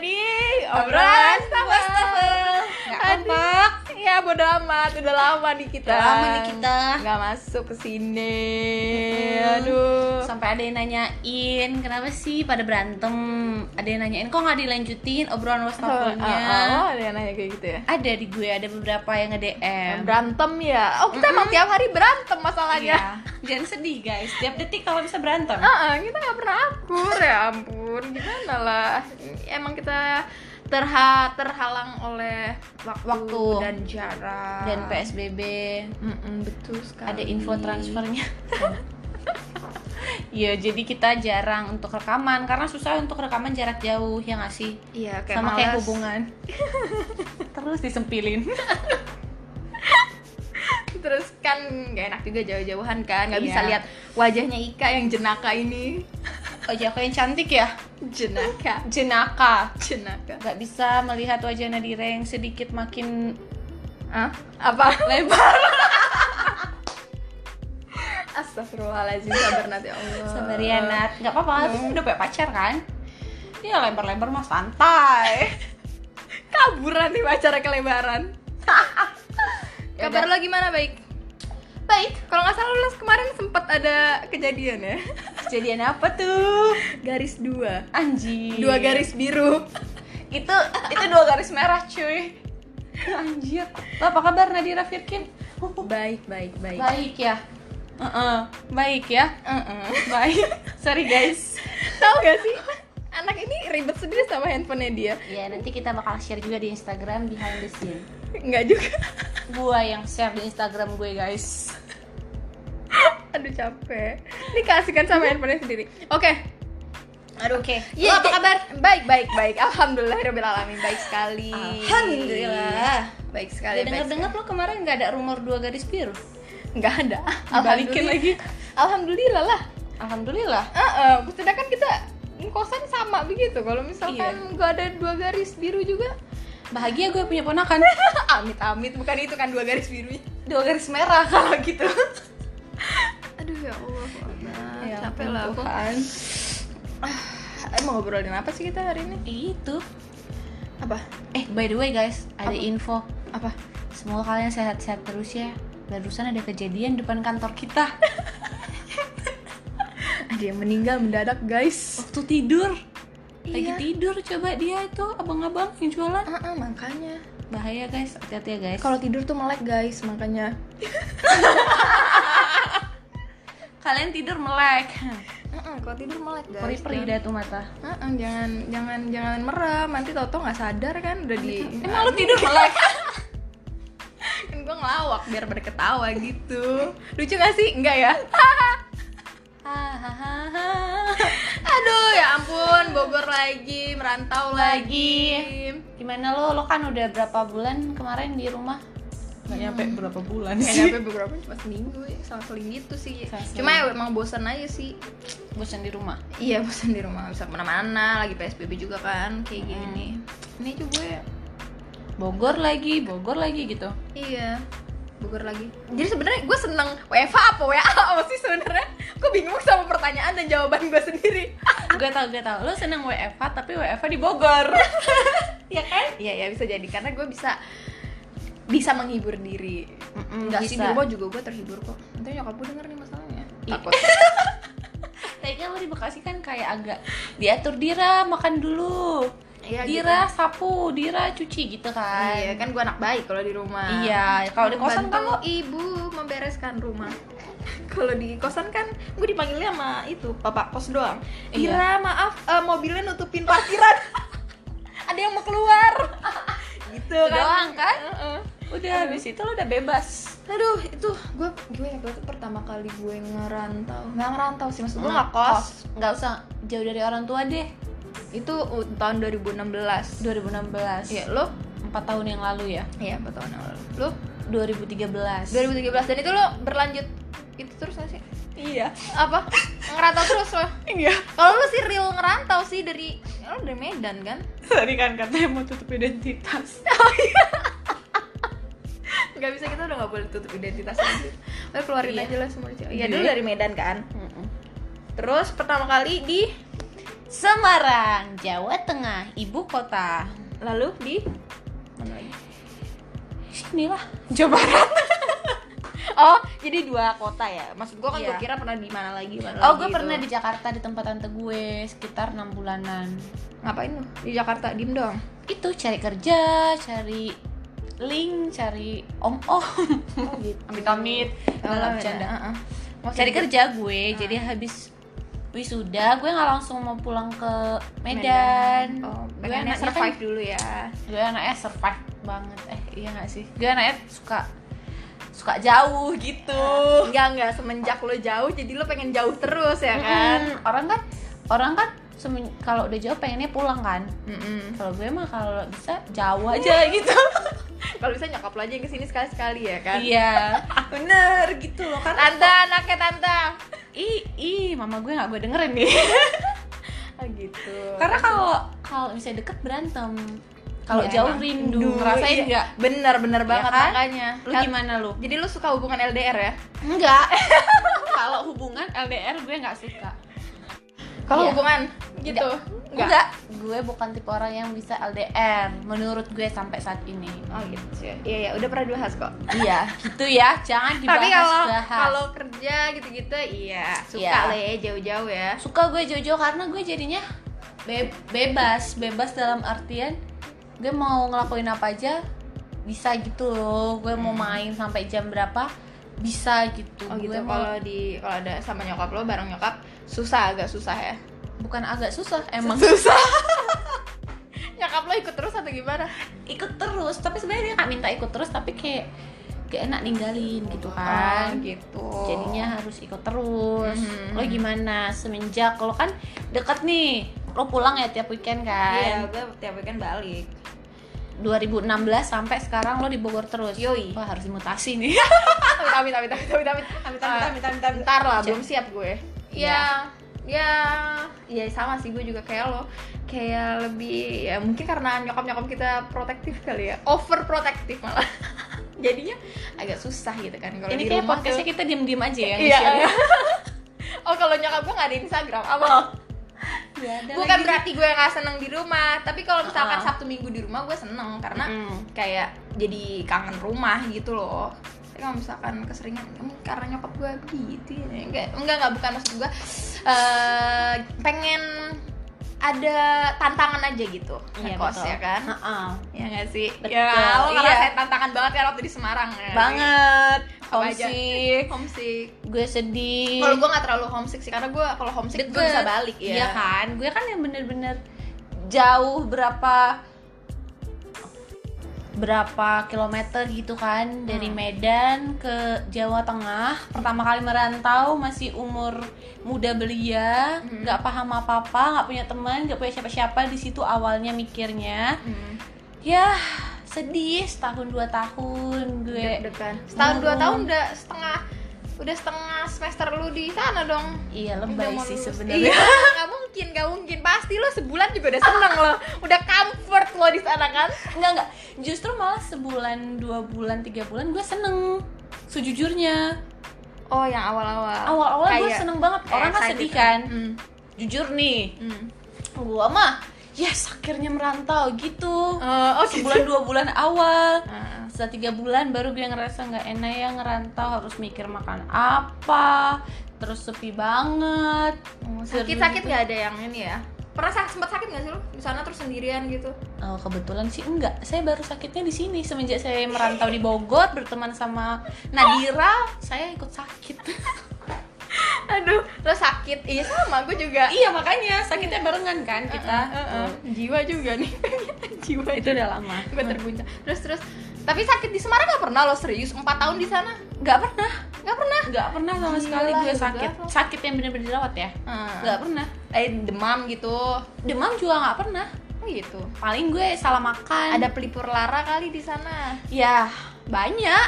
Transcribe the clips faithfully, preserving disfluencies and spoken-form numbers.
di obrolan wastafel. Nggak kompak. Ya bodo amat, udah lama nih kita. Udah lama nih kita. Nggak masuk ke sini. Aduh. Sampai ada yang nanyain, kenapa sih pada berantem? Ada yang nanyain, kok nggak dilanjutin obrolan wastafelnya? Oh, oh, ada yang nanya kayak gitu ya? Ada di gue, ada beberapa yang nge-D M. Berantem ya? Oh, kita emang tiap hari berantem masalahnya. Iya. Jangan sedih guys, tiap detik kalau bisa berantem. Uh-uh, kita nggak pernah akur, ya ampun. Gimana lah? Emang kita terha terhalang oleh waktu, Waktu. dan jarak Dan P S B B. Mm-mm, betul sekali. Ada info transfernya. Iya, jadi kita jarang untuk rekaman karena susah untuk rekaman jarak jauh, ya nggak sih? Iya, kayak Sama malas. kayak hubungan. Terus disempilin. Terus kan nggak enak juga jauh-jauhan kan, nggak Iya. bisa lihat wajahnya Ika yang jenaka ini. Wajah aku yang cantik ya? Jenaka, Jenaka. jenaka. Nggak bisa melihat wajah Nadira yang sedikit makin Ah, apa? lebar. Astagfirullahaladzim, sabar Nat ya Allah. Sabar ya Nat. Nggak apa-apa, hmm. udah punya pacar kan? Ya lebar-lebar mah santai. Kabur nanti pacarnya kelebaran. Kabar lo gimana, baik? Baik, kalau nggak salah lo kemarin sempat ada kejadian ya. Kejadian apa tuh? Garis dua, Anjir. dua garis biru. Itu itu dua garis merah cuy. Anjir. Lo apa kabar Nadira Firkin? Baik, baik, baik. Baik ya. Uh-uh. Baik ya. Uh-uh. Baik. Sorry guys. Tahu gak sih? Anak ini ribet sendiri sama handphonenya dia. Ya nanti kita bakal share juga di Instagram behind the scene. Enggak juga. Gua yang share di Instagram gue guys. Aduh capek. Ini kasihkan sama handphonenya sendiri. Oke. Aduh. Oke. Iya, Lo apa kabar? Baik, baik, baik. Alhamdulillahirabbil alamin. Baik sekali. Alhamdulillah. Baik sekali. Udah denger-dengar lo kemarin nggak ada rumor dua garis biru? Enggak ada. Dibalikin lagi. Alhamdulillah lah. Alhamdulillah. Heeh, uh, sedangkan kita kosan sama begitu. Kalau misalkan Iya. gak ada dua garis biru juga, Bahagia gue punya ponakan. amit-amit, bukan itu kan dua garis biru. Dua garis merah kalau gitu. Aduh ya Allah, nah, Ya, capek lah aku. Tuhan. Ah, mau ngobrolin apa sih kita hari ini? Itu. Apa? Eh, by the way guys, ada Apa? info. Apa? Semoga kalian sehat-sehat terus ya. Barusan ada kejadian depan kantor kita. Ada yang meninggal mendadak, guys. Waktu tidur. Lagi Iya. tidur coba dia itu abang-abang yang jualan. Ah, ah, makanya. Bahaya guys, hati-hati ya guys. Kalau tidur tuh melek, guys, makanya. Kalian tidur melek. Ah, ah, kalau tidur melek, guys. Perih-perih dah tuh mata. Ah, ah, jangan jangan jangan merem, nanti Toto nggak sadar kan udah di. Emang lu tidur melek? Kan gue ngelawak biar pada ketawa gitu. Lucu gak sih? Enggak ya? Hahaha. Aduh ya ampun, Bogor lagi, merantau lagi. Gimana lo? Lo kan udah berapa bulan kemarin di rumah? Gak nyampe berapa bulan Gak sih. nyampe beberapa, cuma seminggu ya, selang-seling gitu sih. Selang-seling. Cuma ya emang bosan aja sih. Bosan di rumah. Iya bosan di rumah, gak bisa kemana-mana, lagi P S B B juga kan, kayak gini. Ini juga ya. Bogor lagi, Bogor lagi gitu. Iya, Bogor lagi. Jadi sebenarnya gue seneng W F H apa W A apa sih sebenarnya? Gue bingung sama pertanyaan dan jawaban gue sendiri. Gue tau, gue tau. Lo seneng W F H tapi W F H di Bogor. Ya kan? Iya ya bisa jadi karena gue bisa bisa menghibur diri. Mm-mm, Enggak sih, di bisa. rumah juga gue terhibur kok. Nanti nyokap gue denger nih masalahnya. Iya. Takut. Tapi kan lo di Bekasi kan kayak agak diatur Dira, makan dulu. Iya, Dira sapu, Dira cuci gitu kan. Iya kan gue anak baik kalau di rumah. Iya, kalau di kosan kan Bantu lo ibu membereskan rumah. Kalau di kosan kan gue dipanggilnya sama itu bapak kos doang. Iya. Dira maaf eh, mobilnya nutupin parkiran. Ada yang mau keluar. Gitu Itu kan. doang kan? Heeh. udah habis itu lo udah bebas. Aduh, itu gue gue ya gue tuh pertama kali gue ngerantau. Nggak ngerantau sih, maksud gue Nggak nggak kos. Nggak usah jauh dari orang tua deh. Itu uh, tahun dua ribu enam belas. dua ribu enam belas. Iya, lo? empat tahun yang lalu ya. Iya, empat tahun yang lalu. Lo? dua ribu tiga belas. dua ribu tiga belas dan itu lo berlanjut itu terus gak sih? Iya. Apa? Ngerantau terus lo? Iya. Kalau lo sih real ngerantau sih dari lo dari Medan kan? Tadi kan katanya mau tutup identitas. Nggak bisa, kita udah nggak boleh tutup identitas lagi. Udah keluarin Iya. aja lah semua. Iya, Iya. dulu dari Medan kan. Mm-mm. Terus pertama kali di Semarang, Jawa Tengah, ibu kota. Lalu di mana lagi? Sini lah, Jawa Barat. Oh, jadi dua kota ya? Maksud gue kan Iya. gue kira pernah di mana lagi, mana Oh, lagi gue pernah gitu. di Jakarta di tempat tante gue sekitar enam bulanan. Ngapain lu? Di Jakarta, diem dong. Itu cari kerja, cari link, cari om-om. Oh gitu. Amit-amit. Oh, Nggak, beda. bercanda. Uh-uh. Maksud Cari gue- kerja gue, jadi habis wisuda gue nggak langsung mau pulang ke Medan. Oh, gue pengennya anaknya survive kan- dulu ya. gue anaknya survive banget. Eh iya nggak sih? Gue anaknya suka suka jauh gitu. Enggak, enggak, semenjak lo jauh jadi lo pengen jauh terus ya kan? Mm, orang kan orang kan semen- kalau udah jauh pengennya pulang kan. Mm-mm. Kalau gue mah kalau bisa jauh aja gitu. Kalau bisa nyokap lo aja yang kesini sekali-sekali ya kan? Iya, bener gitu loh kan. Tante, anaknya tante. Ih, ih, mama gue nggak gue dengerin nih. Ah gitu. Karena kalau kalau misalnya deket berantem, kalau Iya, jauh emang. rindu. Duh, Ngerasain iya. nggak? Bener, bener banget kan? makanya. Lu Kan- gimana lu? Jadi lo suka hubungan L D R ya? Enggak. Kalau hubungan L D R gue nggak suka. Kalau Iya. hubungan gitu? Enggak. Gue bukan tipe orang yang bisa L D R. Menurut gue sampai saat ini. Oh gitu sih. Iya, ya, udah pernah dibahas kok. Iya, gitu ya. Jangan Tapi kalau dibahas-bahas. kalau kerja gitu-gitu iya, suka Iya. lah ya jauh-jauh ya. Suka gue jauh-jauh karena gue jadinya be- bebas, bebas dalam artian gue mau ngelakuin apa aja bisa gitu loh. Gue mau main sampai jam berapa bisa gitu. Oh gitu. Gue mau Kalau di kalau ada sama nyokap lo bareng nyokap susah, agak susah ya. bukan agak susah, emang Susah. Nyokap lo ikut terus atau gimana? ikut terus. Tapi sebenarnya dia nggak minta ikut terus, tapi kayak gak enak ninggalin gitu kan. Oh, gitu. Jadinya harus ikut terus. Mhm. Lo gimana semenjak lo kan deket nih, lo pulang ya tiap weekend Iya, kan? gue tiap weekend balik. dua ribu enam belas sampai sekarang lo di Bogor terus. Yoi. Wah, harus dimutasi nih. Amit amit amit amit amit amit amit amit amit amit amit ntar lah, belum siap gue. Ya, ya, ya sama sih, gue juga kayak lo, kayak lebih ya mungkin karena nyokap nyokap kita protektif kali ya, over protektif malah. Jadinya agak susah gitu kan kalau Ini di kayak rumah podcastnya tuh. kita diem-diem aja ya. Iya. nge-share-nya. Oh kalau nyokap gue nggak ada Instagram, apa? Ya, ada Bukan lagi. berarti gue nggak seneng di rumah, tapi kalau misalkan Uh-uh. Sabtu Minggu di rumah gue seneng karena Mm. kayak jadi kangen rumah gitu loh. Tapi kalau misalkan keseringan, "Em, karena nyokap gue gitu ya." Enggak, enggak, enggak, bukan maksud gue eh, pengen ada tantangan aja gitu Iya, ngekos betul. ya kan? Heeh. Ya nggak sih? Betul, Ya lo iya. ngerasain tantangan banget kan waktu di Semarang ya? Banget. Apa aja? Homesick. Homesick. Gue sedih. Kalau gue nggak terlalu homesick sih, karena gue kalau homesick gue Deket. bisa balik ya. Iya kan? Gue kan yang bener-bener jauh berapa berapa kilometer gitu kan dari Hmm. Medan ke Jawa Tengah. Pertama kali merantau masih umur muda belia, Hmm. nggak paham apa-apa, nggak punya teman, nggak punya siapa-siapa. Di situ awalnya mikirnya, Hmm. ya sedih setahun dua tahun gue. Deg-degan. Setahun dua Oh. tahun udah setengah udah setengah semester lu di sana dong. Iya Udah lebay mau sih lulus. sebenarnya. Iya, nggak mungkin, nggak mungkin. Pasti lo sebulan juga udah seneng lo, udah comfort lo di sana kan? Enggak enggak, justru malah sebulan, dua bulan, tiga bulan gue seneng sejujurnya. Oh, yang awal-awal. Awal-awal gue Kayak- seneng banget, kayak orang kan excited sedih kan. Hmm. Jujur nih, Hmm. gue mah yes akhirnya merantau gitu. Oh, oh gitu. Sebulan dua bulan awal, Ah. setelah tiga bulan baru gue ngerasa nggak enak ya ngerantau, harus mikir makan apa, terus sepi banget. Oh, sakit-sakit nggak ada yang ini ya? Pernah sak- sempat sakit nggak sih lo di sana terus sendirian gitu? Oh, kebetulan sih enggak. Saya baru sakitnya di sini semenjak saya merantau di Bogor berteman sama Nadira, saya ikut sakit. Aduh, lo sakit? Iya sama, gue juga. Iya makanya sakitnya barengan kan kita. Uh, uh, uh. Jiwa juga nih. Jiwa Itu udah lama. gue terguncang. Terus terus. Tapi sakit di Semarang nggak pernah lo serius? empat tahun di sana? Nggak pernah, Nggak pernah. nggak pernah sama Gila, sekali gue hebat sakit. lo. Sakit yang bener-bener dirawat ya. Hmm. Nggak pernah. Eh demam gitu. Demam juga nggak pernah. Oh gitu. Paling gue salah makan. Ada pelipur lara kali di sana. Ya banyak.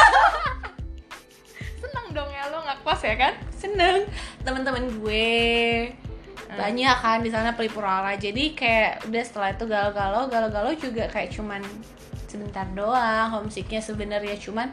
Seneng dong ya lo ngekos ya kan? Seneng. Teman-teman gue banyak kan di sana pelipur lara. Jadi kayak udah setelah itu galau-galau, galau-galau juga kayak cuman sebentar doang. Homesicknya sebenarnya cuman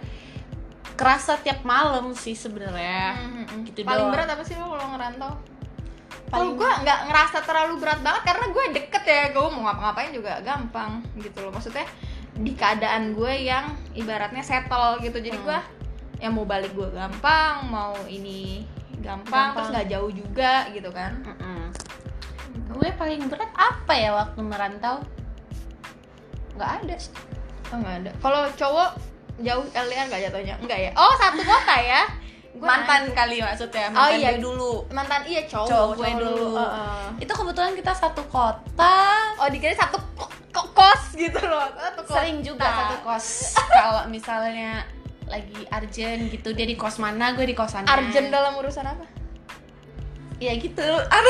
kerasa tiap malam sih sebenarnya. Hmm, hmm, hmm. Gitu Paling doang. berat apa sih lo kalau ngerantau? Kalau gue nggak ngerasa terlalu berat banget karena gue deket ya, gue mau ngapa-ngapain juga gampang gitu loh. Maksudnya di keadaan gue yang ibaratnya settle gitu, jadi hmm. gue yang mau balik gue gampang, mau ini gampang, gampang. Terus nggak jauh juga gitu kan. Mm-mm. Gue paling berat apa ya waktu merantau? Nggak ada sih. Oh, nggak ada. Kalau cowok jauh L D R nggak jatuhnya? Enggak ya? Oh, satu kota ya? Gua mantan nanya. Kali maksudnya, mantan oh, iya. gue dulu. Mantan iya cowok, cowok gue cowok dulu. Uh, uh. Itu kebetulan kita satu kota. Oh, dikira satu ko- kos gitu loh. Satu kos. Sering juga nah. satu kos. Kalau misalnya lagi urgent gitu, dia di kos mana, gue di kosannya. Urgent dalam urusan apa? Ya gitu.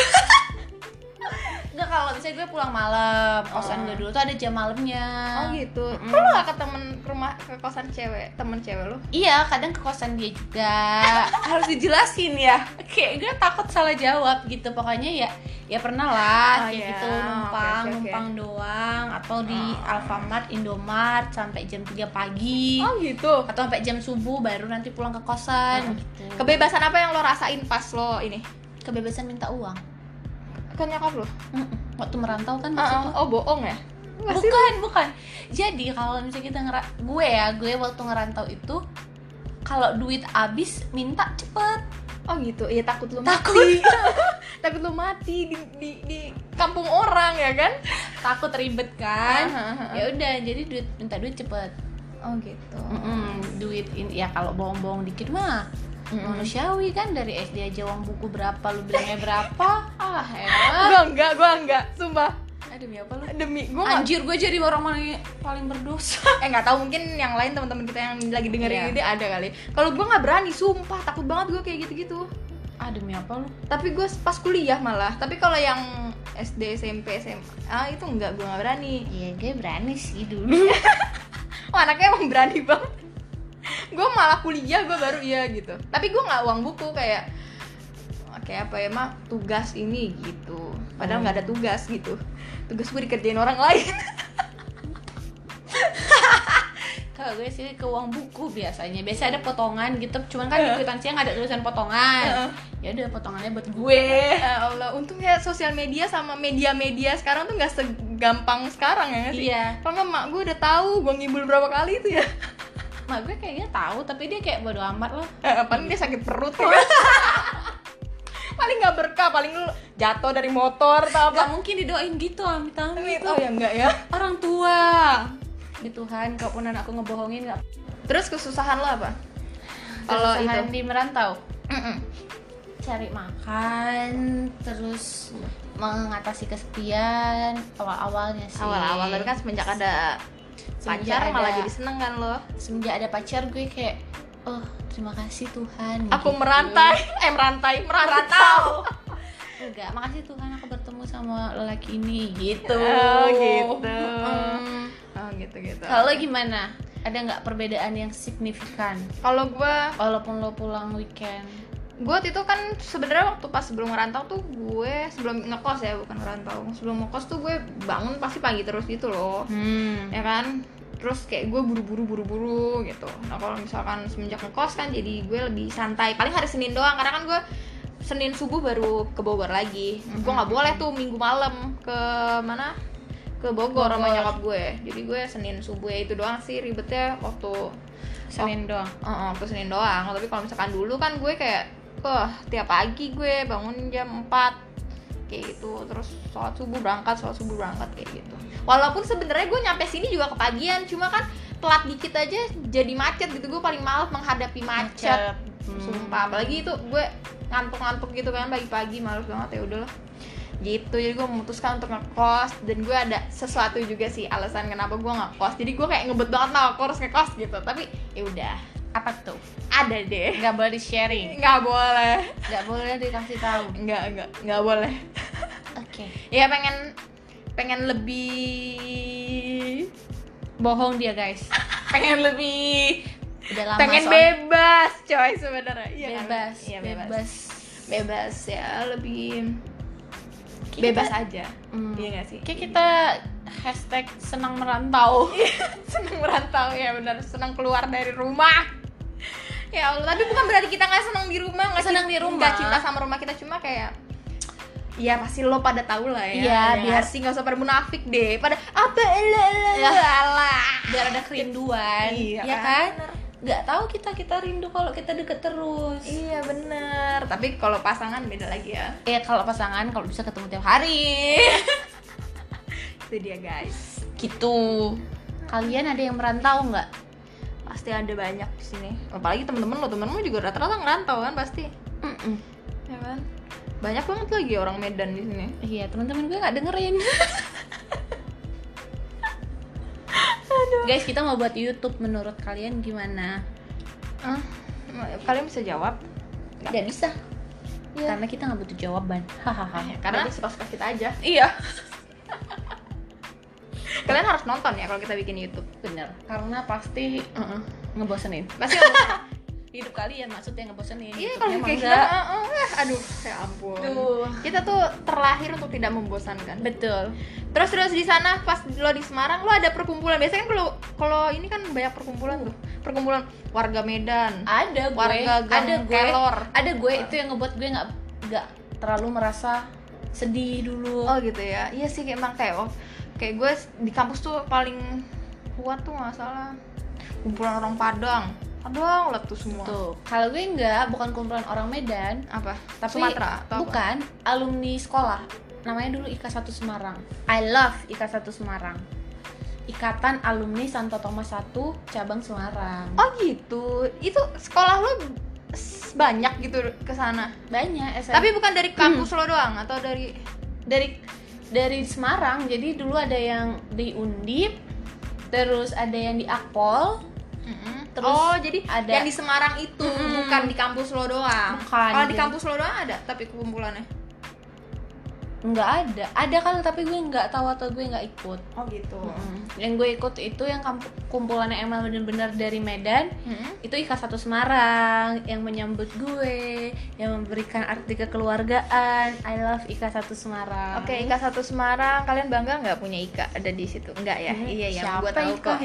Enggak, kalau misalnya gue pulang malam, kosan oh. gue dulu tuh ada jam malamnya. Oh gitu. Mm. Lo gak ke temen ke rumah ke kosan cewek, temen cewek lo? Iya, kadang ke kosan dia juga. Harus dijelasin ya. Kayak gue takut salah jawab gitu. Pokoknya ya ya pernah lah oh, kayak yeah. gitu numpang, okay, okay, okay. numpang doang atau di oh. Alfamart, Indomart sampai jam tiga pagi. Oh gitu. Atau sampai jam subuh baru nanti pulang ke kosan. Oh. Gitu. Kebebasan apa yang lo rasain pas lo ini? Kebebasan minta uang. Kan nyokap lo? Mm-mm. Waktu merantau kan uh, oh bohong ya? Masih bukan lo? bukan jadi kalau misalnya kita ngera gue ya gue waktu ngerantau itu kalau duit habis minta cepet. Oh gitu, iya takut lo takut. mati takut lo mati di, di, di kampung orang ya kan? Takut ribet kan. uh-huh. Ya udah jadi duit minta duit cepet. Oh gitu. Mm-mm. Duit ini ya kalau bohong-bohong dikit mah Mm-hmm. manusiawi kan, dari S D aja uang buku berapa lu bilangnya berapa. Ah heran. Gue enggak, gue enggak, sumpah. Ah, demi apa lu? Demi gue anjir, gue jadi orang paling paling berdosa. Eh nggak tahu, mungkin yang lain teman-teman kita yang lagi dengerin yeah. ini ada kali. Kalau gue nggak berani, sumpah takut banget gue kayak gitu-gitu. Ah demi apa lu? Tapi gue pas kuliah malah. Tapi kalau yang S D, S M P, S M A ah, itu enggak, gue nggak berani. Iya gue berani sih dulu. Oh anaknya emang berani banget. Gue malah kuliah gue baru iya gitu. Tapi gue nggak uang buku kayak kayak apa ya mah tugas ini gitu. Padahal nggak hmm. ada tugas gitu. Tugas gue dikerjain orang lain. Kalau gue sih ke uang buku biasanya. Biasa ada potongan gitu. Cuman kan di kwitansinya nggak ada tulisan potongan. Ya udah potongannya buat gue. Ya Allah, untung ya sosial media sama media-media sekarang tuh nggak segampang sekarang ya nggak sih? Iya. Kalau nggak mak gue udah tahu gue ngibul berapa kali itu ya. Mak gue kayaknya tahu, tapi dia kayak bodo amat loh. Eh, paling dia sakit perut ya. Paling nggak berkah, paling lu jatuh dari motor atau apa. Gak mungkin didoain gitu, amit-amit. Oh ya enggak ya. Orang tua. Ya Tuhan, kalaupun aku ngebohongin nggak. Terus kesusahan lo apa? Kalau itu di merantau. Mm-mm. Cari makan, terus mengatasi kesepian awal-awalnya sih. Awal-awal, tapi kan semenjak ada pacar ada, malah jadi seneng kan lo. Semenjak ada pacar gue kayak oh terima kasih Tuhan aku gitu. merantai eh merantai merantau enggak, makasih Tuhan aku bertemu sama lelaki ini gitu. Oh gitu. Hmm. Oh gitu gitu. Kalau gimana, ada nggak perbedaan yang signifikan? Kalau gue walaupun lo pulang weekend, gue itu kan sebenarnya waktu pas sebelum ngerantau tuh gue sebelum ngekos ya bukan ngerantau, sebelum ngekos tuh gue bangun pasti pagi terus gitu loh. Hmm. Ya kan, terus kayak gue buru-buru buru-buru gitu. Nah kalau misalkan semenjak ngekos kan jadi gue lebih santai, paling hari Senin doang karena kan gue Senin subuh baru ke Bogor lagi. Mm-hmm. Gue nggak boleh tuh Minggu malam ke mana ke Bogor, Bogor sama nyokap gue. Jadi gue Senin subuh ya itu doang sih ribetnya waktu Senin oh, doang. Uh-uh, ke Senin doang. Tapi kalau misalkan dulu kan gue kayak wah, tiap pagi gue bangun jam empat kayak gitu, terus sholat subuh berangkat, sholat subuh berangkat kayak gitu. Walaupun sebenarnya gue nyampe sini juga kepagian, cuma kan telat dikit aja jadi macet gitu. Gue paling malas menghadapi macet. macet. Hmm. Sumpah, apalagi itu gue ngantuk-ngantuk gitu kan pagi-pagi, malas banget ya udahlah. Gitu, jadi gue memutuskan untuk ngekos dan gue ada sesuatu juga sih alasan kenapa gue ngekos. Jadi gue kayak ngebet banget nah aku harus ngekos gitu. Tapi ya udah. Apa tuh? Ada deh. Nggak boleh di sharing. Nggak boleh. Nggak boleh dikasih tahu. Nggak nggak nggak boleh. Oke. Okay. Ya pengen pengen lebih bohong dia guys. Pengen lebih. Udah lama pengen soal... bebas coy sebenarnya. Iya, bebas. Iya bebas. Bebas. Bebas ya lebih. Kita, bebas aja. Hmm. Iya nggak sih? Kayak kita hashtag senang merantau. Senang merantau ya benar. Senang keluar dari rumah. Ya Allah, tapi bukan berarti kita nggak senang di rumah, nggak senang di rumah, nggak cinta sama rumah kita, cuma kayak Iya pasti lo pada tahu lah ya. Iya, biar sih nggak usah pada munafik deh. Pada apa lah. Biar ada kerinduan. Iya ya kan? Nggak tahu kita kita rindu kalau kita deket terus. Iya bener. Tapi kalau pasangan beda lagi ya. Ya kalau pasangan kalau bisa ketemu tiap hari. Itu dia guys. Gitu. Kalian ada yang merantau nggak? Pasti ada banyak di sini. Apalagi temen-temen lo, temenmu juga rata-rata ngerantau kan pasti. Mm-mm. Ya kan? Banyak banget lagi orang Medan di sini. Iya, teman-teman gue nggak dengerin. Guys, kita mau buat YouTube. Menurut kalian gimana? Ah, kalian bisa jawab? Nggak bisa. Ya. Karena kita nggak butuh jawaban. Hahaha. Ya, karena suka-suka kita aja. Iya. Kalian harus nonton ya kalau kita bikin YouTube. Bener. Karena pasti Uh-uh. ngebosenin. Pasti nonton. Hidup kalian maksudnya ngebosenin. Iya, YouTube-nya kalau mah kayak kita, enggak. uh, uh, aduh, ya ampun. Duh. Kita tuh terlahir untuk tidak membosankan. Betul. Terus terus di sana pas lo di Semarang lo ada perkumpulan. Biasanya kan kalau kalau ini kan banyak perkumpulan tuh. Perkumpulan warga Medan. Ada gue. Warga gang ada gue. Kelor. Ada gue itu yang ngebuat gue nggak nggak terlalu merasa sedih dulu. Oh gitu ya. Iya sih emang kayak oh, kayak gue di kampus tuh paling kuat tuh nggak salah. Kumpulan orang Padang. Padang lah tuh semua. Tuh, kalau gue enggak, bukan kumpulan orang Medan, Apa? tapi Sumatera atau apa? bukan, alumni sekolah. Namanya dulu I K satu Semarang. I love I K satu Semarang. Ikatan Alumni Santo Thomas satu cabang Semarang. Oh gitu. Itu sekolah lo banyak gitu ke sana. Banyak S M. Tapi bukan dari kampus lo doang atau dari dari dari Semarang. Jadi dulu ada yang di Undip, terus ada yang di Akpol. Mm-mm. Terus oh jadi ada- yang di Semarang itu Mm-mm. bukan di kampus lo doang. Bukan. Kalau di kampus lo doang ada tapi kumpulannya. Nggak ada. Ada kan tapi gue nggak tahu atau gue nggak ikut. Oh gitu. Mm-mm. Yang gue ikut itu yang kamp- kumpulannya emang bener-bener dari Medan. Mm-mm. Itu I K satu Semarang yang menyambut gue, yang memberikan arti kekeluargaan. I love I K satu Semarang. Oke, I K satu Semarang. Kalian bangga nggak punya I K ada di situ? Enggak ya? Hmm, Iya ya, siapa gue tahu I K? kok.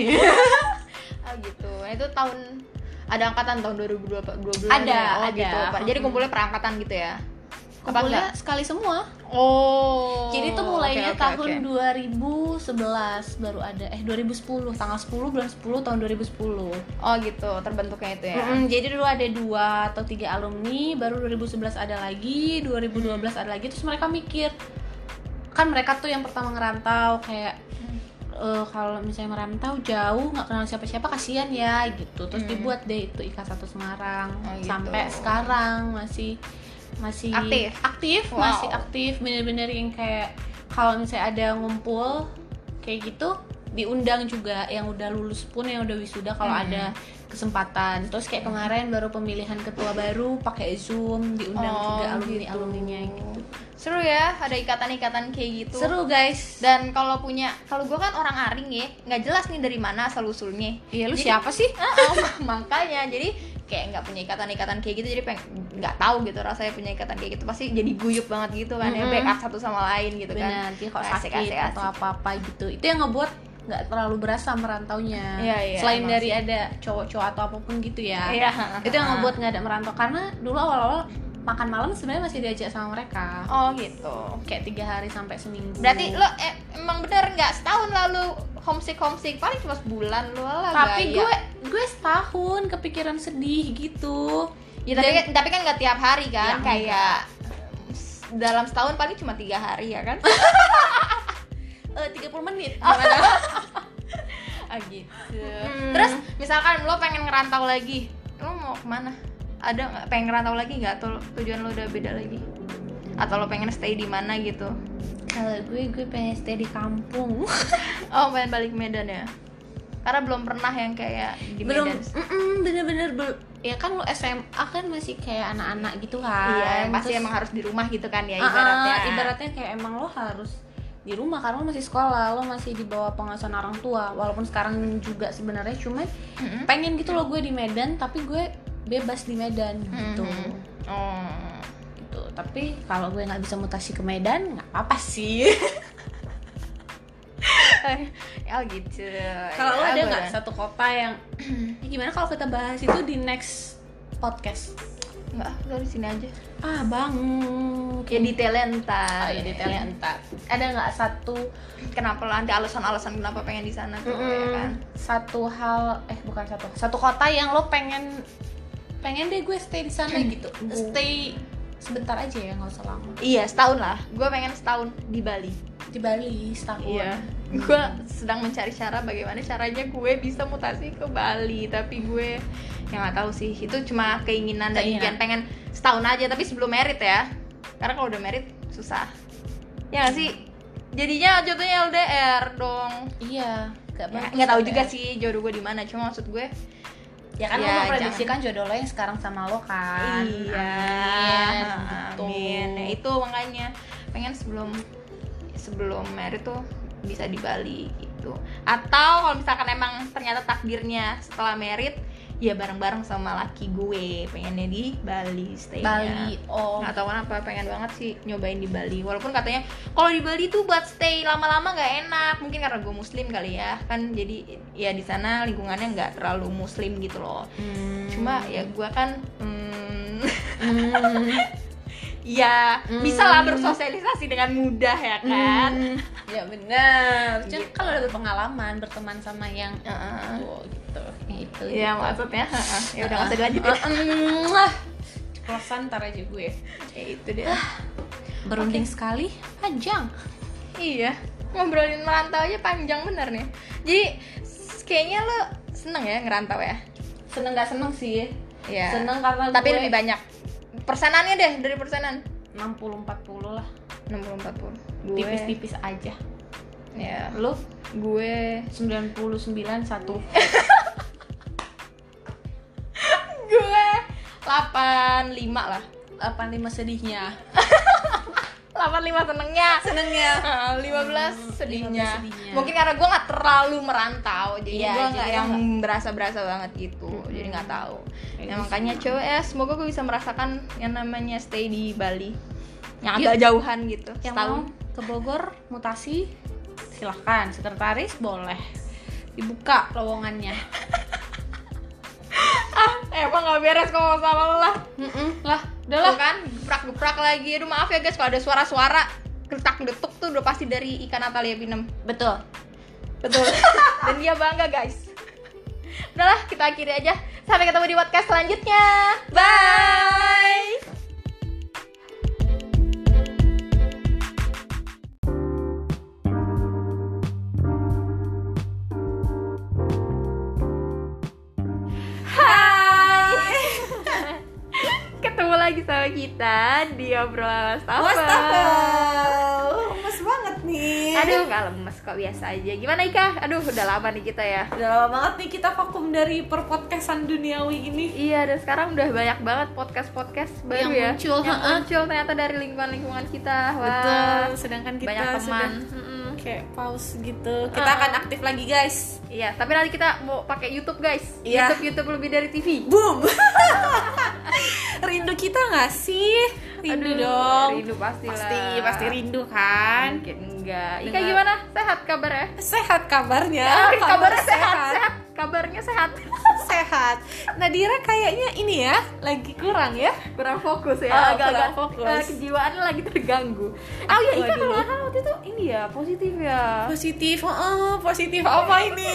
Oh gitu. Nah, itu tahun ada angkatan tahun dua ribu dua belas. Ada, ya? Oh, ada. gitu. Pak. Jadi kumpulnya perangkatan gitu ya. Apa Kumpulnya enggak? sekali semua. Oh. Jadi tuh mulainya oke, oke, tahun oke. dua ribu sebelas baru ada. Eh dua ribu sepuluh, tanggal sepuluh bulan sepuluh tahun dua ribu sepuluh. Oh gitu, terbentuknya itu ya. Mm-mm, jadi dulu ada dua atau tiga alumni, baru dua ribu sebelas ada lagi, dua ribu dua belas ada lagi. Terus mereka mikir, kan mereka tuh yang pertama ngerantau kayak eh, kalau misalnya merantau jauh nggak kenal siapa-siapa kasihan ya gitu. Terus Hmm. dibuat deh itu I K satu Semarang. Oh, gitu. Sampai sekarang masih masih Aktif? aktif Wow. masih aktif bener-bener yang kayak kalau misalnya ada ngumpul kayak gitu diundang juga yang udah lulus pun yang udah wisuda kalau Hmm. ada kesempatan. Terus kayak kemarin baru pemilihan ketua baru pakai Zoom diundang Oh, juga alumni gitu. alumninya gitu. Seru ya, ada ikatan-ikatan kayak gitu. Seru guys. Dan kalau punya, kalau gue kan orang Aring ya, nggak jelas nih dari mana asal usulnya. Iya lu Jadi- siapa sih? Oh, makanya jadi kayak nggak punya ikatan-ikatan kayak gitu, jadi pengen nggak tahu gitu rasanya punya ikatan kayak gitu, pasti jadi guyup banget gitu kan ya, Mm-mm. backup satu sama lain gitu kan. Benar, jadi kalau Asik, sakit asik, atau asik. apa-apa gitu. Itu yang ngebuat nggak terlalu berasa merantaunya. Iya, iya, Selain emang dari sih. ada cowok-cowok atau apapun gitu ya. Iya. Itu yang ngebuat nggak ada merantau karena dulu awal-awal makan malam sebenarnya masih diajak sama mereka. Oh gitu. Kayak tiga hari sampai seminggu. Berarti lo eh, emang bener nggak setahun lalu homesick homesick paling cuma sebulan lo lah. Tapi gaya. gue gue setahun kepikiran sedih gitu. ya tapi Dan- kan, tapi kan nggak tiap hari kan, Ya, kayak dalam setahun paling cuma tiga hari ya kan. Eh, tiga puluh menit. Ah gitu. Hmm. Terus misalkan lo pengen ngerantau lagi, lo mau kemana? Ada nggak pengen ngerantau lagi nggak? Atau tujuan lo udah beda lagi? Atau lo pengen stay di mana gitu? Kalau gue gue pengen stay di kampung. Oh pengen balik Medan ya? Karena belum pernah yang kayak di Belum, Medan. mm-mm, bener-bener bel- ya kan lo S M A kan masih kayak anak-anak gitu kan. Iya, yang pasti Terus, emang harus di rumah gitu kan ya ah, ah, ibaratnya. ibaratnya kayak emang lo harus di rumah karena lo masih sekolah, lo masih di bawah pengasuhan orang tua. Walaupun sekarang juga sebenarnya cuman Mm-mm. pengen gitu loh gue di Medan, tapi gue bebas di Medan gitu. Mhm. Oh. Gitu. Tapi kalau gue nggak bisa mutasi ke Medan nggak apa sih. Ya gitu. Kalau lo Ya, ada boleh. nggak satu kota yang ya gimana kalau kita bahas itu di next podcast? Enggak, udah di sini aja. Ah bang. Ya detailnya entar. Oh, ya detailnya entar. Ada nggak satu kenapa lah, nanti alasan-alasan kenapa pengen di sana tuh mm, ya kan? Satu hal eh bukan satu satu kota yang lo pengen pengen deh gue stay di sana gitu. Stay sebentar aja ya, nggak usah lama. Iya, setahun lah. Gue pengen setahun di Bali. Di Bali setahun. Iya. Gue sedang mencari cara bagaimana caranya gue bisa mutasi ke Bali, tapi gue yang nggak tahu sih. Itu cuma keinginan dan impian pengen setahun aja, tapi sebelum merit ya. Karena kalau udah merit susah. Ya nggak sih? Jadinya jodohnya L D R dong. Iya. Gak ya, nggak tahu juga sih jodoh gue di mana. Cuma maksud gue ya kan ya, lo memprediksikan jodoh lo yang sekarang sama lo kan. Iya. Amin. Amin. Ya, itu makanya pengen sebelum sebelum merit tuh bisa di Bali gitu. Atau kalau misalkan emang ternyata takdirnya setelah merit ya bareng-bareng sama laki gue pengennya di Bali stay-nya. Bali, oh. Nggak tahu kenapa pengen banget sih nyobain di Bali. Walaupun katanya kalau di Bali tuh buat stay lama-lama nggak enak. Mungkin karena gue muslim kali ya. Kan jadi ya di sana lingkungannya nggak terlalu muslim gitu loh. Hmm. Cuma ya gue kan hmm, hmm. ya hmm. bisa lah bersosialisasi dengan mudah ya kan. Hmm. Ya benar. Cuma gitu. Kalau udah berpengalaman berteman sama yang uh, oh, gitu. Itu. Ya gitu. Maksudnya. Ya udah nggak usah dilanjutin. Ceplosan ntar aja gue. Ya itu deh. Berunding okay. sekali, panjang. Iya. Ngobrolin merantau aja panjang bener nih. Jadi kayaknya lo seneng ya ngerantau ya? Seneng nggak seneng sih? Ya. Seneng karena tapi gue... lebih banyak. Persenannya deh dari persenan enam puluh empat puluh lah. enam puluh empat puluh. Gue tipis-tipis aja. Ya. Lu? Gue sembilan puluh sembilan satu. Gue delapan puluh lima lah. delapan puluh lima sedihnya. delapan puluh lima senengnya. Senengnya. lima belas sedihnya. sedihnya. Mungkin karena gue gak terlalu merantau, jadi ya, gue gak yang gak... berasa-berasa banget gitu. Hmm. Jadi gak tahu. Ya, makanya coba ya, semoga gue bisa merasakan yang namanya stay di Bali. Yang agak jauhan gitu. Yang mau ke Bogor mutasi silahkan, sekretaris boleh. Dibuka lowongannya. Ah, emang gak beres kalau sama lo lah. Mm-mm, lah, udah lah kan, geprak-geprak lagi. Aduh maaf ya guys, kalau ada suara-suara getak-getuk tuh udah pasti dari Ika Natalia Binem. Betul. Betul. Dan dia bangga guys. Udahlah, kita akhiri aja. Sampai ketemu di podcast selanjutnya. Bye. Lagi sama kita di obrolan Wastafel. Wastafel, lemes banget nih. Aduh, gak lemes kok, biasa aja. Gimana Ika? Aduh, udah lama nih kita ya. Udah lama banget nih kita vakum dari perpodcastan duniawi ini. Iya, dan sekarang udah banyak banget podcast-podcast baru yang ya muncul, yang muncul ternyata dari lingkungan-lingkungan kita. Wah, betul. Sedangkan kita banyak teman. Kayak pause gitu. Kita uh. akan aktif lagi guys. Iya, tapi nanti kita mau pakai YouTube guys. Iya. YouTube YouTube lebih dari T V. Boom. Rindu kita nggak sih? Rindu Aduh, dong. Rindu pasti lah. Pasti pasti rindu kan? Mungkin enggak. Ika gimana? Sehat kabarnya? Sehat kabarnya. Ya, kabarnya sehat. sehat. Sehat. Kabarnya sehat. Sehat. Nadira kayaknya ini ya lagi kurang ya, kurang fokus ya. Oh, agak-agak fokus. Uh, kejiwaannya lagi terganggu. Oh iya, Ika kalau kan waktu itu ini ya positif ya. Positif. Oh, positif apa ini?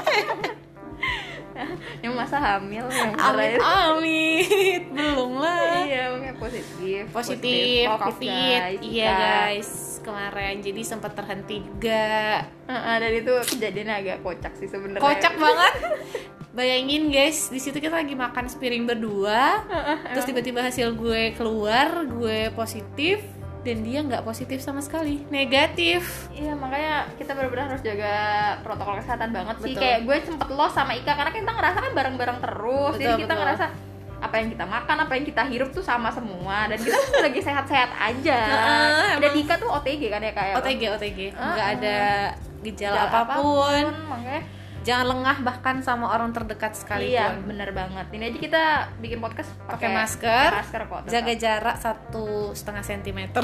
Yang masa hamil yang amit amit belum lah. Iya, makanya positif positif, positif covid, COVID guys. Iya guys kemarin jadi sempat terhenti juga. Uh, dan itu kejadiannya agak kocak sih sebenarnya. Kocak banget. Bayangin guys, di situ kita lagi makan sepiring berdua, uh, uh, terus tiba-tiba hasil gue keluar, gue positif. Dan dia nggak positif sama sekali, negatif. Iya, makanya kita benar-benar harus jaga protokol kesehatan banget sih. Betul. Kayak gue sempet lost sama Ika karena kita ngerasa kan bareng-bareng terus. Betul, jadi kita betul. ngerasa apa yang kita makan, apa yang kita hirup tuh sama semua. Dan kita tuh lagi sehat-sehat aja. Nah, dan Ika tuh O T G kan ya kayak O T G O T G nggak uh, ada gejala, gejala apapun. apapun. Makanya jangan lengah bahkan sama orang terdekat sekalipun. Iya, bener banget. Ini aja kita bikin podcast pakai masker, masker kok, jaga jarak satu setengah sentimeter.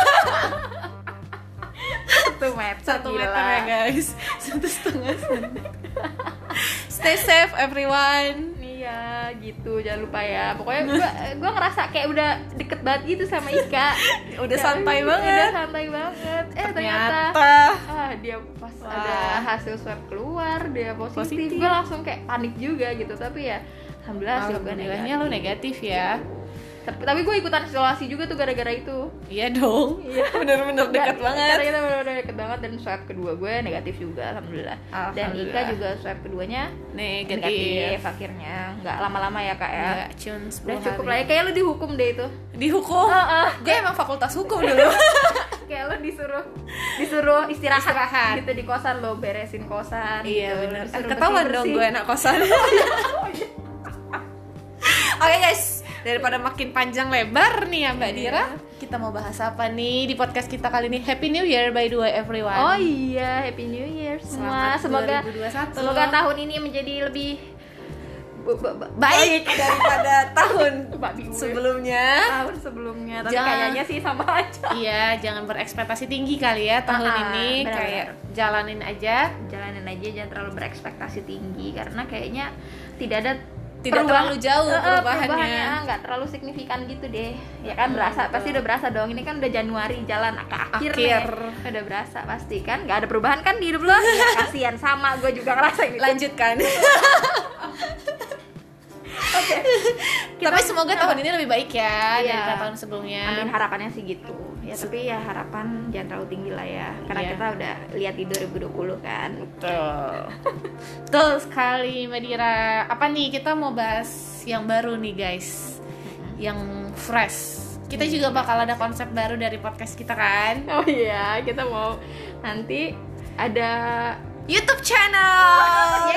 Satu meter, satu meter ya guys, satu setengah sentimeter. Stay safe everyone. Iya, gitu, jangan lupa ya. Pokoknya gue gue ngerasa kayak udah deket banget gitu sama Ika. Udah Ya, santai udah banget. santai banget. Eh ternyata, Ternyata ah dia pas Wah. ada hasil swab keluar dia positif, Positif. gue langsung kayak panik juga gitu. Tapi ya alhamdulillah hasil gue alhamdulillahnya lo negatif ya. Tapi, tapi gue ikutan isolasi juga tuh gara-gara itu. Iya dong. Iya. Bener-bener dekat Dan- banget. Karena kita bener-bener deket banget dan swab kedua gue negatif juga alhamdulillah. Dan Ika Alhamdulillah. juga swab keduanya Negatif. negatif akhirnya. Nggak lama-lama ya kak ya. Ya, cuma Udah sepuluh cukup lah hari. ya. Kayak lu dihukum deh itu. Dihukum. Heeh. Gue emang fakultas hukum dulu. Kayak lu disuruh disuruh istirahat, Istirahat. gitu di kosan lo, beresin kosan. Iya gitu. benar. Disuruh Ketahuan dong bersih-bersih. gue anak kosan. Oke guys, daripada makin panjang lebar nih ya Mbak Dira, kita mau bahas apa nih di podcast kita kali ini? Happy New Year by the way everyone. Oh iya, Happy New Year semua. Selamat Semoga dua ribu dua puluh satu. semoga tahun ini menjadi lebih b- b- b- baik daripada tahun Babi gue. sebelumnya. tahun sebelumnya. Tapi Jangan- kayaknya sih sama aja. Iya, jangan berekspektasi tinggi kali ya tahun Ah, ah, ini, benar-benar. kayak jalanin aja. Jalanin aja, jangan terlalu berekspektasi tinggi karena kayaknya tidak ada Tidak perubahan- terlalu jauh Eh, eh, perubahannya. perubahannya nggak terlalu signifikan gitu deh ya kan. Berasa betul. pasti udah berasa dong, ini kan udah Januari jalan ke akhir, Akhir. nih udah berasa pasti kan. Nggak ada perubahan kan di hidup lo ya, kasihan sama gue juga ngerasain itu. Lanjutkan. Oke. Kita- Tapi semoga tahun ini lebih baik ya Iya. daripada tahun sebelumnya. Amin, harapannya sih gitu ya. Tapi ya harapan jangan terlalu tinggi lah ya, karena Iya. kita udah lihat di dua ribu dua puluh kan. Betul. Betul sekali Mbak Dira. Apa nih, kita mau bahas yang baru nih guys, yang fresh. Kita juga bakal ada konsep baru dari podcast kita kan. Oh iya, kita mau nanti ada YouTube channel.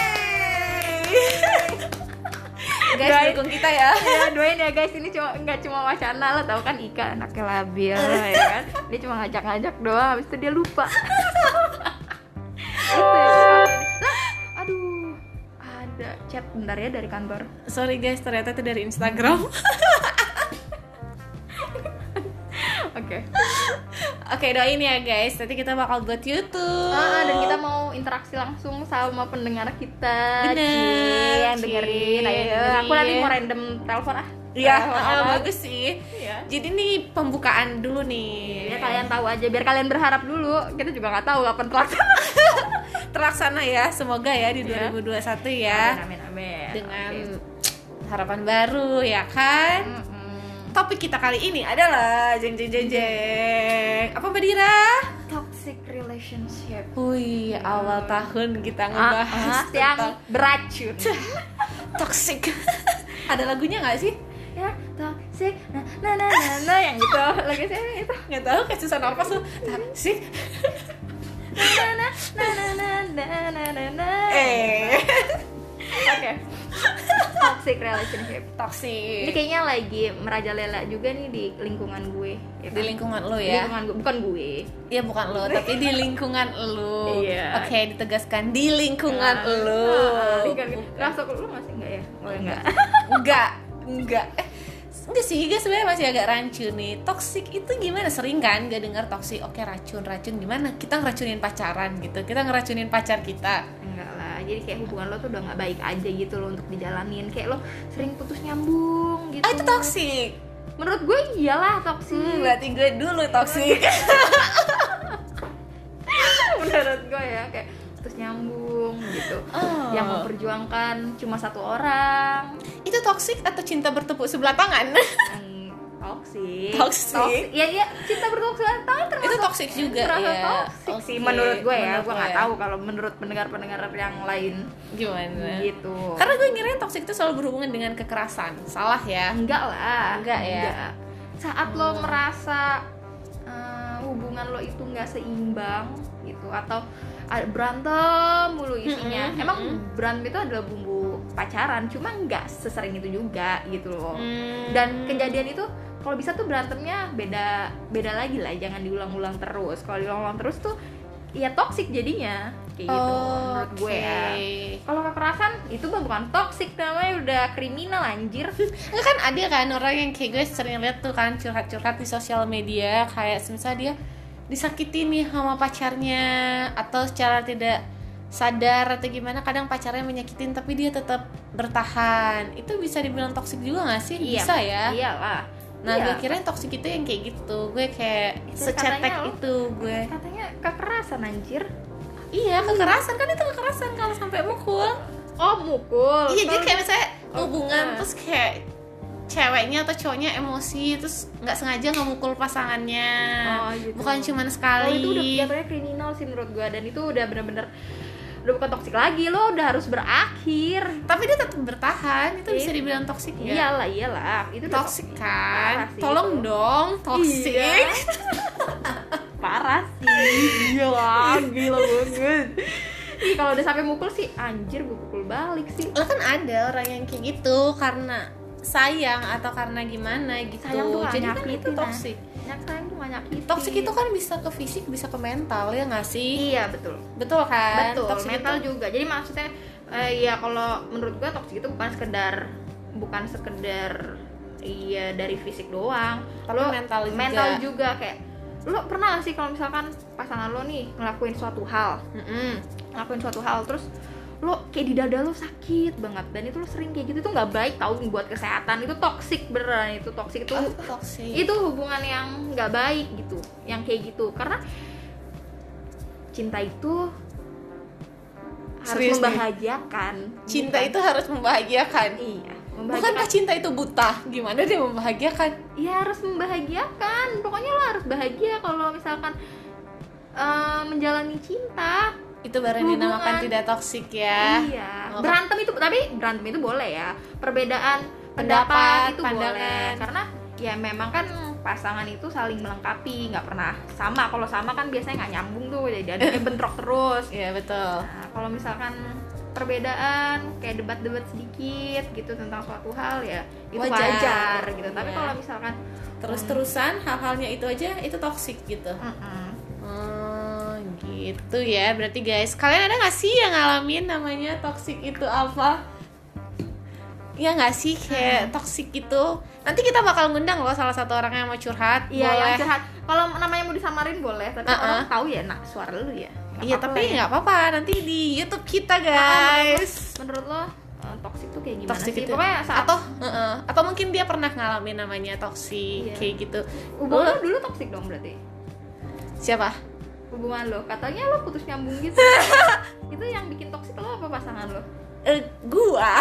Guys, Guys. dukung kita ya. ya doain ya guys, ini cuma nggak cuma wacana, lo tau kan Ika anaknya labil ya kan, dia cuma ngajak-ngajak doang, habis itu dia lupa. Gitu ya. Lah, aduh, ada chat bentar ya dari kantor. Sorry guys, ternyata itu dari Instagram. Oke. Oke, doain ya guys. Nanti kita bakal buat YouTube. Ah, dan kita mau interaksi langsung sama pendengar kita. Bener, Cie, yang Cie, dengerin. Ayo, dengerin. aku nanti mau random telepon ah. Iya, Telepon ah, orang. bagus sih. Iya. Jadi nih pembukaan dulu nih. Ya kalian tahu aja, biar kalian berharap dulu. Kita juga nggak tahu kapan terlaksana. Terlaksana ya, semoga ya di Iya. dua ribu dua puluh satu ya. Amin, amin, amin. Dengan Oke. harapan baru ya kan. Mm-mm. Topik kita kali ini adalah jeng jeng jeng jeng. Apa Mbak Dira? Toxic relationship. Wih, awal tahun kita Ah, ngebahas ah, yang tentang beracun. toxic. Ada lagunya nggak sih? Ya, toxic. Nah, nah, nah, nah, nah, yang gitu. Lagi sih itu. Nggak tahu, kayak susah nafas tuh. Toxic. Nah, nah, nah, nah, nah, nah, nah, nah, nah. Eh. Oke. Toxic relationship. Ini Toxic. kayaknya lagi merajalela juga nih di lingkungan gue. Ya Di kan? lingkungan lo Di ya? lingkungan gue, bukan gue. Iya bukan lo, tapi di lingkungan lo. Iya. Oke, ditegaskan di lingkungan Ah, lo. ah, lingkungan gue. Bukan. Masuk lu masih enggak ya? Oh, enggak. Enggak, enggak. Eh, enggak sih, guys, sebenarnya masih agak rancu nih. Toxic itu gimana? Sering kan gak dengar toxic. Oke, racun, racun gimana? Kita ngeracunin pacaran gitu. Kita ngeracunin pacar kita. Enggak lah, jadi kayak hubungan lo tuh udah nggak baik aja gitu loh untuk dijalanin. Kayak lo sering putus nyambung gitu. Ah, itu toxic. Menurut gue iyalah toxic. Hmm, berarti gue dulu toxic. Menurut gue ya kayak putus nyambung gitu. Oh. Yang memperjuangkan cuma satu orang. Itu toxic atau cinta bertepuk sebelah tangan? Hmm, toxic. Toxic. Ya ya, cinta bertepuk sebelah tangan termasuk Itu toxic juga termasuk ya. toxic sih Oke, menurut gue ya. menurut Gue lo nggak ya. tahu kalau menurut pendengar-pendengar yang lain Gimana? gitu. Karena gue ngira toxic itu selalu berhubungan dengan kekerasan. Salah ya? Enggak lah. Enggak ya? Saat lo merasa eh, hubungan lo itu nggak seimbang gitu, atau ada berantem mulu isinya. Mm-mm, Emang mm-mm. berantem itu adalah bumbu pacaran, cuma nggak sesering itu juga gitu loh. Hmm. Dan kejadian itu kalau bisa tuh berantemnya beda beda lagi lah, jangan diulang-ulang terus. Kalau diulang-ulang terus tuh ya toksik jadinya kayak gitu menurut gue ya. Kalau kekerasan itu mah bukan toksik, namanya udah kriminal anjir. Nggak kan ada kan orang yang kayak gue sering lihat tuh kan curhat-curhat di sosial media, kayak misalnya dia disakiti nih sama pacarnya atau secara tidak sadar atau gimana, kadang pacarnya menyakitin tapi dia tetap bertahan, itu bisa dibilang toksik juga nggak sih? Iya, bisa ya. Iyalah. Nah, iya. gue kira yang toksik itu yang kayak gitu, gue kayak secetek itu gue. Katanya kekerasan anjir. Iya, kekerasan kan, itu kekerasan kalau sampai mukul. Oh, mukul. Iya, jadi kayak misalnya Oh, hubungan bukan. terus kayak ceweknya atau cowoknya emosi terus nggak sengaja ngemukul pasangannya. Oh, gitu. Bukan cuma Oh, sekali. itu udah jatuhnya kriminal sih menurut gue, dan itu udah bener-bener udah bukan toksik lagi, lo udah harus berakhir. Tapi dia tetap bertahan, itu Iya. bisa dibilang toksik ya? Iyalah, iyalah. Itu udah Toksik toksik. kan? Parah sih Tolong itu. dong, toksik. Iya. Parah sih. Gila, gila banget. Ih, kalau udah sampai mukul sih anjir, gue pukul balik sih. Lo kan ada orang yang kayak gitu karena sayang atau karena gimana gitu. Sayang tuh gak Jadi kan nyakitin, itu nah. toksik. Nyak sayang tuh gak nyakitin. Toksik itu kan bisa ke fisik, bisa ke mental, ya nggak sih? Iya, betul. Betul kan? Betul, Toksik mental itu juga. Jadi maksudnya eh, ya kalau menurut gue toksik itu bukan sekedar bukan sekedar iya dari fisik doang. Tapi Lo mental juga. Mental juga kayak lo pernah gak sih kalau misalkan pasangan lo nih ngelakuin suatu hal, Mm-mm. ngelakuin suatu hal terus lo kayak di dada lo sakit banget, dan itu lo sering kayak gitu, itu nggak baik tau buat kesehatan. Itu toksik beneran, itu toksik. Itu Oh, itu toksik. itu hubungan yang nggak baik gitu, yang kayak gitu. Karena cinta itu harus Serius nih? membahagiakan. Cinta Bukan- itu harus membahagiakan. iya, Bukankah membahagiakan. cinta itu buta? Gimana dia membahagiakan? Iya, harus membahagiakan. Pokoknya lo harus bahagia kalau misalkan eh, menjalani cinta. Itu baru yang Hubungan. dinamakan tidak toksik ya. Iya. Oh. Berantem itu, tapi berantem itu boleh ya. Perbedaan Pendapat, pendapat itu pandangan. boleh. Karena ya memang kan pasangan itu saling melengkapi, nggak pernah sama. Kalau sama kan biasanya nggak nyambung tuh, jadi ada bentrok terus. Iya betul. Nah, kalau misalkan perbedaan kayak debat-debat sedikit gitu tentang suatu hal ya itu Wajar. wajar, gitu. Tapi Iya. kalau misalkan Terus-terusan hal-halnya itu aja itu toksik gitu. mm-mm. Oh, gitu ya. Berarti guys, kalian ada nggak sih yang ngalamin namanya toksik itu apa? Ya nggak sih, kayak toksik itu. Nanti kita bakal ngundang loh salah satu orang yang mau curhat. Iya, boleh. yang curhat. Kalau namanya mau disamarin boleh, tapi Uh-uh. orang tahu ya nak suara lu ya. Nggak Iya, apa-apa tapi lah ya. nggak apa-apa. Nanti di YouTube kita Ah, guys. menurut lo uh, toksik tuh kayak gimana Toksik sih? itu. Pokoknya saat Atau uh-uh. atau mungkin dia pernah ngalamin namanya toksik Iya. kayak gitu. hubungan Lo- lo dulu toksik dong berarti. Siapa? Hubungan lo, katanya lo putus nyambung gitu. Itu yang bikin toksik lo apa pasangan lo? Eh, gua.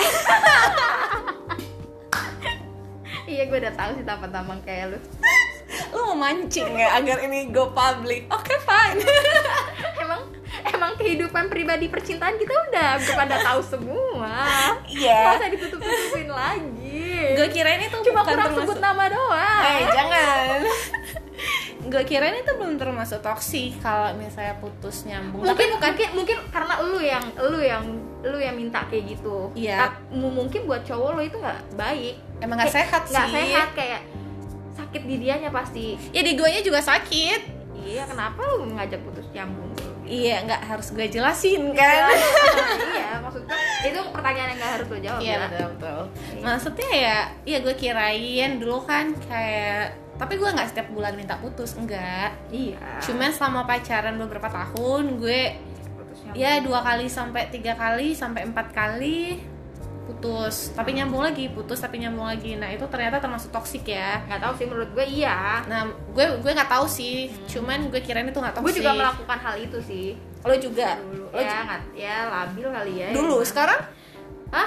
Iya, gue udah tahu sih tampang-tampang kayak lo. Lu mau mancing ya agar ini go public. Oke, fine. emang emang kehidupan pribadi percintaan kita udah pada tahu semua. Iya. Nggak usah ditutup-tutupin lagi. Gue kirain itu Cuma bukan kurang termasuk- sebut nama doang. Eh, jangan. Gue kirain itu belum termasuk toksik kalau misalnya putus nyambung. Mungkin Tapi bukan. mungkin mungkin karena lu yang lu yang lu yang minta kayak gitu. Iya. Tap- mu- mungkin buat cowok lo itu nggak baik. Emang nggak Kayak- sehat sih. Nggak sehat, kayak sakit di dianya pasti. Ya di guanya juga sakit. Iya, kenapa lu ngajak putus nyambung? Iya, nggak harus gue jelasin kan. Iya, maksudnya itu pertanyaan yang nggak harus lo jawab. Iya ya. betul betul. Iya. Maksudnya ya, ya gue kirain dulu kan kayak, tapi gue nggak setiap bulan minta putus, enggak. Iya. Cuman selama pacaran beberapa tahun gue putus nyambung. ya dua kali sampai tiga kali sampai empat kali putus, tapi nyambung lagi, putus tapi nyambung lagi. Nah itu ternyata termasuk toksik ya. Nggak tahu sih, menurut gue iya. Nah gue gue nggak tahu sih, cuman gue kirain itu nggak Gue toksik. juga melakukan hal itu sih. Lo juga. Dulu Lo ya, ju- nggak ya labil kali ya. dulu, ya. sekarang Hah?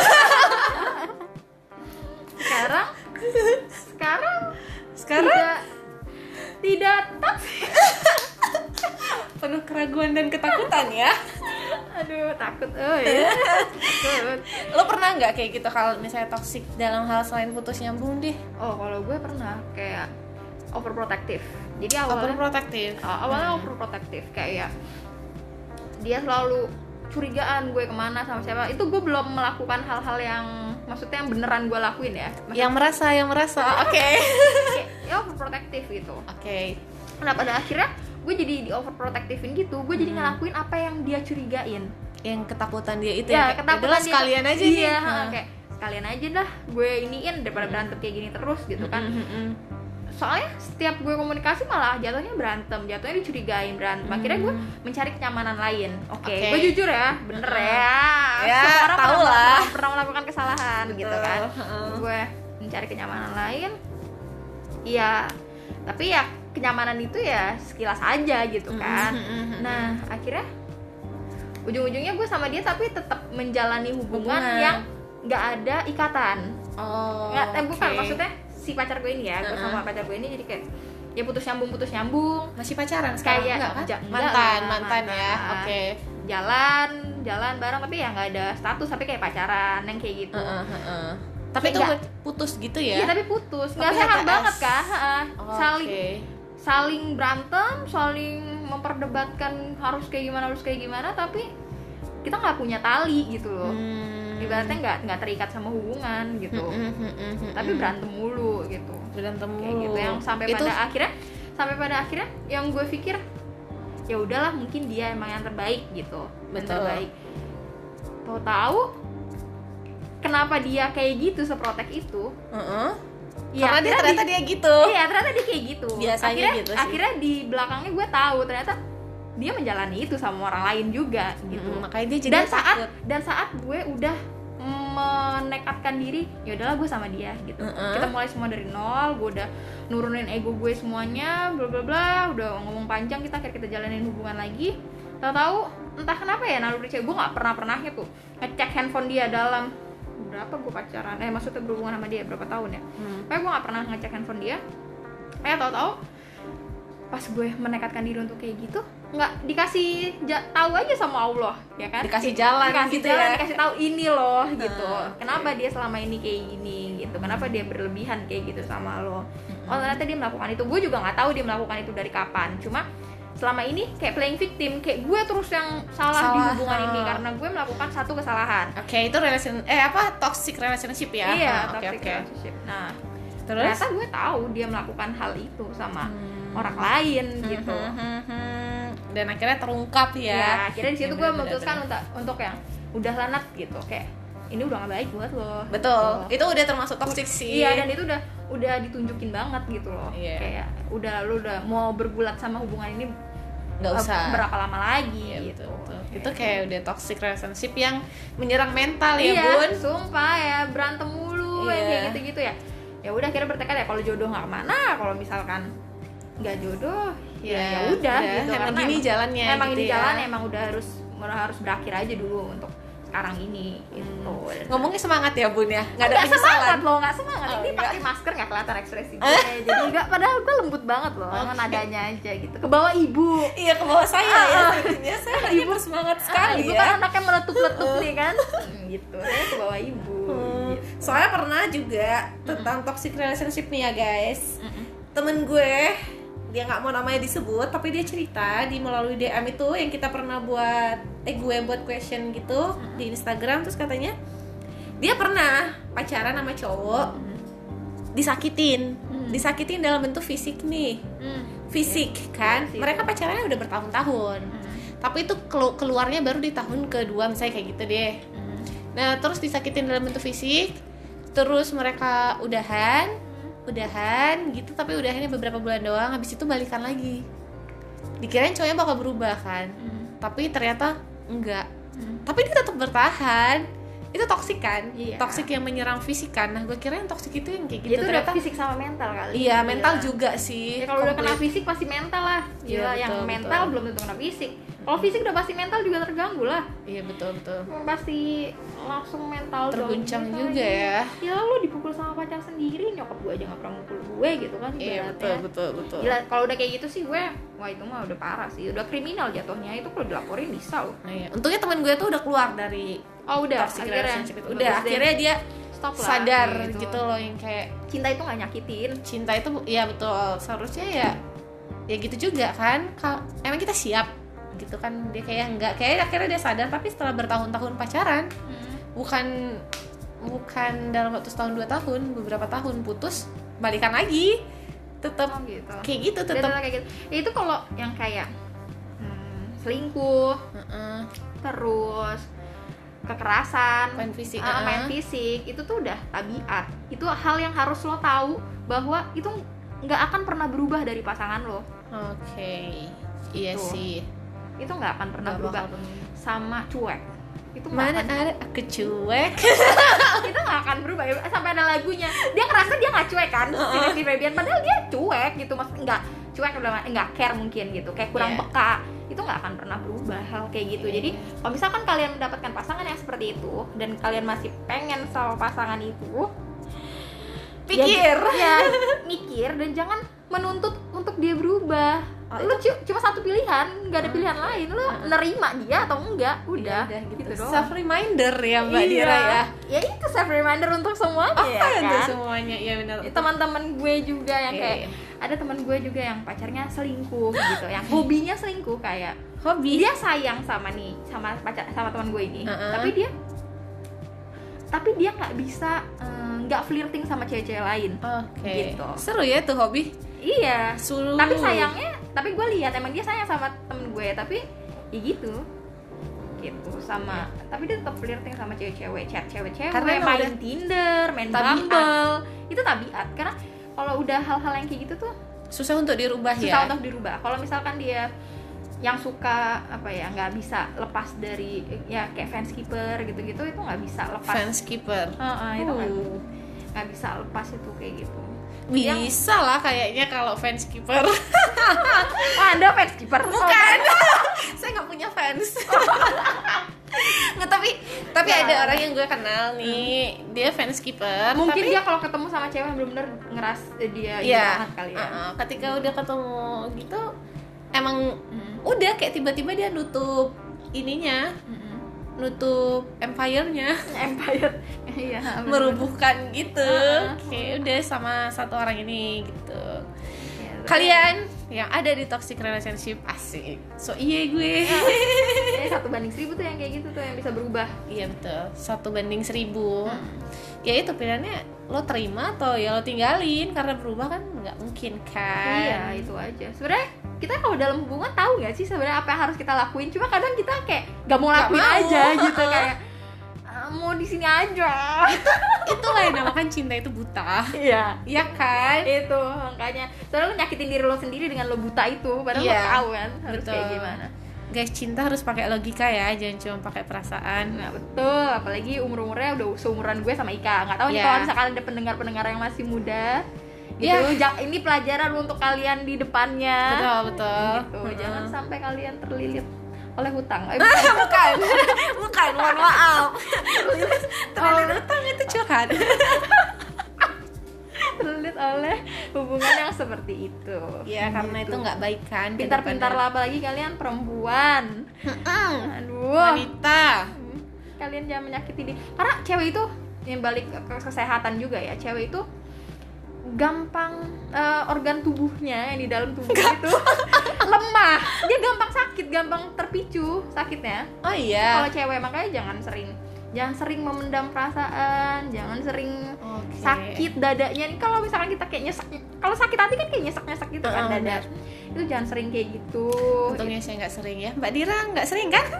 sekarang sekarang sekarang tidak tidak toksik. penuh keraguan dan ketakutan ya. Aduh, takut. Oh ya. Takut. Lo pernah nggak kayak gitu kalau misalnya toksik dalam hal selain putus nyambung deh? Oh, kalau gue pernah kayak overprotective. Jadi awalnya Overprotective. uh, awalnya overprotective kayak dia selalu curigaan gue kemana sama siapa. Itu gue belum melakukan hal-hal yang maksudnya yang beneran gue lakuin ya. Maksudnya Yang merasa, yang merasa. Oke. kayak, ya overprotective gitu. Oke. Nah, pada akhirnya gue jadi di overprotectivein gitu. Gue jadi Hmm. ngelakuin apa yang dia curigain. Yang ketakutan dia itu Ya, kayak, ketakutan "Yaudah lah, dia sekalian tuh- aja nih." iya, Nah. kayak sekalian aja dah gue iniin daripada berantem kayak gini terus gitu kan. Mm, mm, mm. soalnya setiap gue komunikasi malah jatuhnya berantem, jatuhnya dicurigain berantem. Akhirnya gue mencari kenyamanan lain. Oke, okay. okay. gue jujur ya, bener uh-huh. ya. Ya, semua orang tahu pernah, lah. pernah, pernah melakukan kesalahan. Betul. Gitu kan. Uh-huh. Gue mencari kenyamanan lain. Iya, tapi ya kenyamanan itu ya sekilas aja gitu kan. Uh-huh. Nah, akhirnya ujung-ujungnya gue sama dia tapi tetap menjalani hubungan, hubungan. yang nggak ada ikatan. Oh, nggak, eh, bukan okay. maksudnya si pacar gue ini ya, gue uh-uh. sama pacar gue ini jadi kayak ya putus nyambung putus nyambung. Masih pacaran sekarang? Kayak enggak kan? Ja- mantan, enggak, mantan, mantan ya. Oke. Okay. Jalan, jalan bareng tapi ya nggak ada status, tapi kayak pacaran yang kayak gitu. Uh-uh, uh-uh. Tapi itu gak, putus gitu ya? Iya tapi putus, nggak sehat banget kan? Oh, saling okay. saling berantem, saling memperdebatkan harus kayak gimana harus kayak gimana, tapi kita nggak punya tali gitu loh. Hmm. Ibaratnya nggak nggak terikat sama hubungan gitu. Hmm, hmm, hmm, hmm, tapi berantem mulu gitu. Berantem mulu. Kayak gitu yang sampai itu... pada akhirnya sampai pada akhirnya yang gue pikir ya udahlah mungkin dia emang yang terbaik gitu. Yang terbaik. Tahu-tahu kenapa dia kayak gitu seprotek itu? Uh-uh. Ya, karena dia ternyata di, dia gitu. Iya, ternyata dia kayak gitu. Biasanya akhirnya, gitu sih. Akhirnya di belakangnya gue tahu ternyata dia menjalani itu sama orang lain juga gitu. Hmm, makanya dia jadi dan saat takut. dan saat gue udah menekatkan diri, ya udahlah gue sama dia gitu. Uh-uh. Kita mulai semua dari nol, gue udah nurunin ego gue semuanya, bla bla bla, udah ngomong panjang, kita akhirnya kita jalanin hubungan lagi. Tahu-tahu entah kenapa ya naluri cewek gue nggak pernah pernahnya tuh ngecek handphone dia dalam berapa gue pacaran, eh maksudnya berhubungan sama dia berapa tahun ya. Hmm. Kayak gue nggak pernah ngecek handphone dia. Kayak tahu-tahu pas gue menekatkan diri untuk kayak gitu, nggak dikasih ja- tahu aja sama Allah, ya kan? Dikasih jalan, dikasih gitu jalan, ya. dikasih tahu ini loh, nah, gitu. Kenapa okay. dia selama ini kayak gini, gitu? Kenapa dia berlebihan kayak gitu sama lo? Oh ternyata dia melakukan itu. Gue juga nggak tahu dia melakukan itu dari kapan. Cuma selama ini kayak playing victim, kayak gue terus yang salah, salah. di hubungan ini karena gue melakukan satu kesalahan. Oke, okay, itu relation, eh apa toxic relationship ya? Iya, oh, toxic okay, relationship. Okay. Nah, terus ternyata gue tahu dia melakukan hal itu sama hmm. orang lain gitu. Hmm, hmm, hmm. Dan akhirnya terungkap ya. Ya akhirnya di situ gue memutuskan untuk untuk yang udah lanat gitu, kayak ini udah gak baik buat lo. Betul. Gitu. Itu udah termasuk toxic sih. Iya, dan itu udah udah ditunjukin banget gitu loh. Yeah. Kayak udah lu udah mau bergulat sama hubungan ini nggak usah berapa lama lagi ya, gitu. Betul, betul. Itu kayak udah toxic relationship yang menyerang mental ya, iya, Bun. Sumpah ya, berantem mulu yeah. kayak gitu-gitu ya. Ya udah akhirnya bertekad ya kalau jodoh nggak kemana, kalau misalkan nggak jodoh ya ya udah gitu. Emang karena gini emang, jalannya. Emang gitu ini ya. jalan emang udah harus harus berakhir aja dulu untuk sekarang ini gitu. Hmm. Ngomongnya semangat ya Bun ya, nggak ada penyesalan. Semangat loh, nggak semangat. Oh, ini enggak. pakai masker nggak kelihatan ekspresi gue, jadi nggak. Padahal gue lembut banget loh, okay. nadanya aja gitu. Ke bawah ibu. Iya ke bawah saya ya. Sebenarnya saya ibu semangat sekali. Ibu ya. kan anaknya meletup-letup nih kan, gitu. Saya ke bawah ibu. Hmm. Gitu. Soalnya pernah juga tentang toxic relationship nih ya guys. Mm-mm. Temen gue dia nggak mau namanya disebut tapi dia cerita di melalui D M itu yang kita pernah buat eh gue buat question gitu hmm. di Instagram, terus katanya dia pernah pacaran sama cowok hmm. disakitin hmm. disakitin dalam bentuk fisik nih hmm. fisik yeah. kan yeah, mereka pacarannya udah bertahun-tahun hmm. tapi itu kelu- keluarnya baru di tahun kedua misalnya kayak gitu deh hmm. nah terus disakitin dalam bentuk fisik, terus mereka udahan udahan gitu, tapi udahannya beberapa bulan doang, habis itu balikan lagi. Dikirain cowoknya bakal berubah kan, hmm. tapi ternyata enggak. Hmm. Tapi dia tetap bertahan. Itu toksik kan? Iya. Toksik yang menyerang fisik kan. Nah, gue kira yang toksik itu yang kayak gitu. Itu ternyata udah fisik sama mental kali. Iya, mental juga sih. Ya, kalau udah kena fisik pasti mental lah. Gila, iya, yang betul, mental betul. belum tentu kena fisik. Kalau fisik udah pasti mental juga terganggu lah. Iya, betul betul. Pasti langsung mental terguncang juga ya. Ya lu dipukul sama pacar sendiri, nyokap gue aja nggak pernah mukul gue gitu kan. Iya, betul betul betul. Gila, kalau udah kayak gitu sih gue, wah itu mah udah parah sih, udah kriminal jatuhnya. Itu kalau dilaporin bisa loh. Nah, iya. Untungnya teman gue tuh udah keluar dari oh udah akhirnya itu. Udah akhirnya dia stop lah, sadar gitu. gitu loh, yang kayak cinta itu nggak nyakitin. Cinta itu ya betul, seharusnya ya ya gitu juga kan. Kalau emang kita siap gitu kan, dia kayak enggak, kayak akhirnya dia sadar, tapi setelah bertahun-tahun pacaran, hmm. bukan bukan dalam waktu setahun dua tahun, beberapa tahun putus, balikan lagi, tetap oh, gitu. kayak gitu, tetap kayak gitu. Ya, itu kalau yang kayak hmm, selingkuh, uh-uh. terus kekerasan, main fisik, uh, main fisik, itu tuh udah tabiat. Itu hal yang harus lo tahu bahwa itu nggak akan pernah berubah dari pasangan lo. Oke, iya Tuh. sih. Itu nggak akan pernah Nggak berubah. bakal berubah. Sama cuek, itu nggak Mana akan, ada aku cuek. itu nggak akan berubah. Sampai ada lagunya, dia ngerasa dia nggak cuek kan, si Febian, padahal dia cuek gitu, maksud nggak cuek udah nggak care mungkin gitu, kayak kurang Yeah. peka. Itu nggak akan pernah berubah hal kayak gitu. Yeah. Jadi kalau misalkan kalian mendapatkan pasangan yang seperti itu dan kalian masih pengen sama pasangan itu, Pikir. ya, ya mikir dan jangan menuntut untuk dia berubah. Oh, Lu cu- cuma satu pilihan, nggak ada pilihan Okay. lain. Lu Uh-uh. nerima dia atau enggak, udah, udah gitu, gitu, doang. self reminder ya Mbak Iya. Dira ya. Ya itu self reminder untuk semuanya Apa ya untuk kan? semuanya? Iya benar. Teman-teman gue juga yang Oke. kayak ada teman gue juga yang pacarnya selingkuh gitu, yang hobinya selingkuh, kayak Hobi. dia sayang sama nih sama pacar sama teman gue ini, Uh-uh. tapi dia tapi dia nggak bisa eh, nggak flirting sama cewek-cewek lain. Oke. Gitu. Seru ya tuh hobi. Iya. Seru. Tapi sayangnya, tapi gue lihat emang dia sayang sama temen gue, tapi ya gitu gitu sama, tapi dia tetap flirting sama cewek-cewek, chat cewek-cewek, Karena emang main udah Tinder, main tabiat. Bumble, itu tabiat. Karena kalau udah hal-hal yang kayak gitu tuh Susah untuk dirubah susah ya. untuk dirubah. Kalau misalkan dia yang suka apa ya, nggak bisa lepas dari ya kayak fence keeper gitu-gitu, itu nggak bisa lepas. Fans keeper. Heeh, itu nggak Uh. nggak bisa lepas itu kayak gitu. Bisa lah kayaknya kalau fans keeper. Oh, Anda fence keeper? Bukan. Saya nggak punya fans. Nggak, tapi tapi Ya. ada orang yang gue kenal nih, dia fans keeper. Mungkin tapi, dia kalau ketemu sama cewek yang benar-benar ngeras eh, dia ini Iya. banget kali ya. uh-uh, ketika udah ketemu gitu, emang Mm. udah kayak tiba-tiba dia nutup ininya, Mm-mm. nutup empire-nya, Empire. Iya, bener-bener. merubuhkan gitu. Uh-uh. Kayak udah sama satu orang ini gitu. Iya, Kalian yang ada di toxic relationship, asik. So iya gue. ya, satu banding seribu tuh yang kayak gitu tuh yang bisa berubah. Iya betul, satu banding seribu. Hmm. Ya itu pilihannya, lo terima atau ya lo tinggalin, karena berubah kan nggak mungkin kan. Iya, itu aja. Sebenarnya kita kalau dalam hubungan tahu nggak sih sebenarnya apa yang harus kita lakuin? Cuma kadang kita kayak gak mau Nggak lakuin mau. aja gitu, kayak "Ah, mau di sini aja." Itulah yang namakan cinta itu buta. Iya. Iya kan? Itu makanya. Soalnya lo nyakitin diri lo sendiri dengan lo buta itu, padahal Iya, lo tahu kan harus betul. kayak gimana. Guys, cinta harus pakai logika ya, jangan cuma pakai perasaan. Nah betul, apalagi umur-umurnya udah seumuran gue sama Ika. Nggak tahu nih Iya. kalau misalkan ada pendengar-pendengar yang masih muda gitu, Iya. ja- ini pelajaran untuk kalian di depannya. Betul, betul. Gitu, Heeh. jangan sampai kalian terlilit oleh hutang. Eh, bukan, bukan, mohon maaf. Terlalu utang itu curhat. terlilit oleh hubungan yang seperti itu. Ya karena itu nggak baik kan. ke Pintar-pintar depannya. lah, apalagi kalian perempuan. Aduh. Wanita. Hmm, Kalian jangan menyakiti diri. Karena cewek itu yang balik ke ke kesehatan juga ya. Cewek itu gampang eh, organ tubuhnya yang di dalam tubuh itu lemah. Dia gampang sakit, gampang terpicu sakitnya. Oh iya. Kalau cewek, makanya jangan sering jangan sering memendam perasaan, jangan sering Oke. sakit dadanya nih. Kalau misalkan kita kayak nyesek, kalau sakit hati kan kayak nyesek-nyesek gitu kan Oh, dada. benar. Itu jangan sering kayak gitu. Untungnya saya nggak sering ya. Mbak Dira nggak sering kan?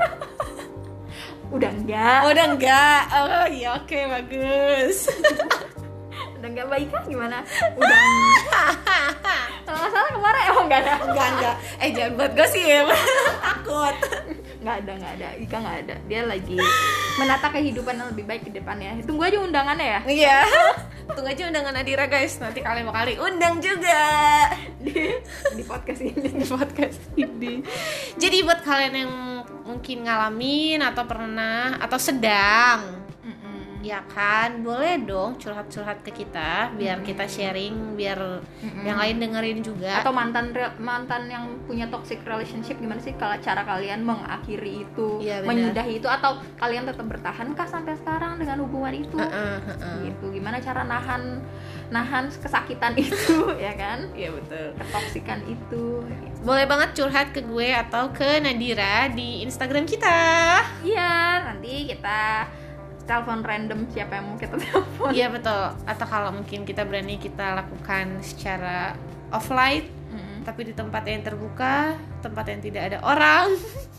Udah enggak. Oh, udah enggak. Oh iya, oke, bagus. Udah enggak baik kan gimana? Udah enggak. Kalau nggak salah kemarin emang enggak ada. Enggak, enggak. Eh, jangan buat gosip. Takut. Nggak ada, nggak ada. Ika nggak ada. Dia lagi menata kehidupan yang lebih baik ke depannya. Tunggu aja undangannya ya. Iya. Tunggu aja undangan Adira guys. Nanti kalian bakal undang juga Di, di podcast ini. di podcast ini. Jadi buat kalian yang mungkin ngalamin atau pernah atau sedang, Mm-mm. ya kan, boleh dong curhat-curhat ke kita biar kita sharing, biar Mm-mm. yang lain dengerin juga. Atau mantan re- mantan yang punya toxic relationship, gimana sih kalau cara kalian mengakhiri itu, Iya, benar. menyudahi itu, atau kalian tetap bertahan kah sampai sekarang dengan hubungan itu? Heeh, heeh. Gitu. Gimana cara nahan nahan kesakitan itu, ya kan? Iya betul. Ketoksikan itu. Boleh banget curhat ke gue atau ke Nadira di Instagram kita. Iya, nanti kita telepon random siapa yang mau kita telepon. Iya betul. Atau kalau mungkin kita berani, kita lakukan secara offline, Mm. tapi di tempat yang terbuka, tempat yang tidak ada orang.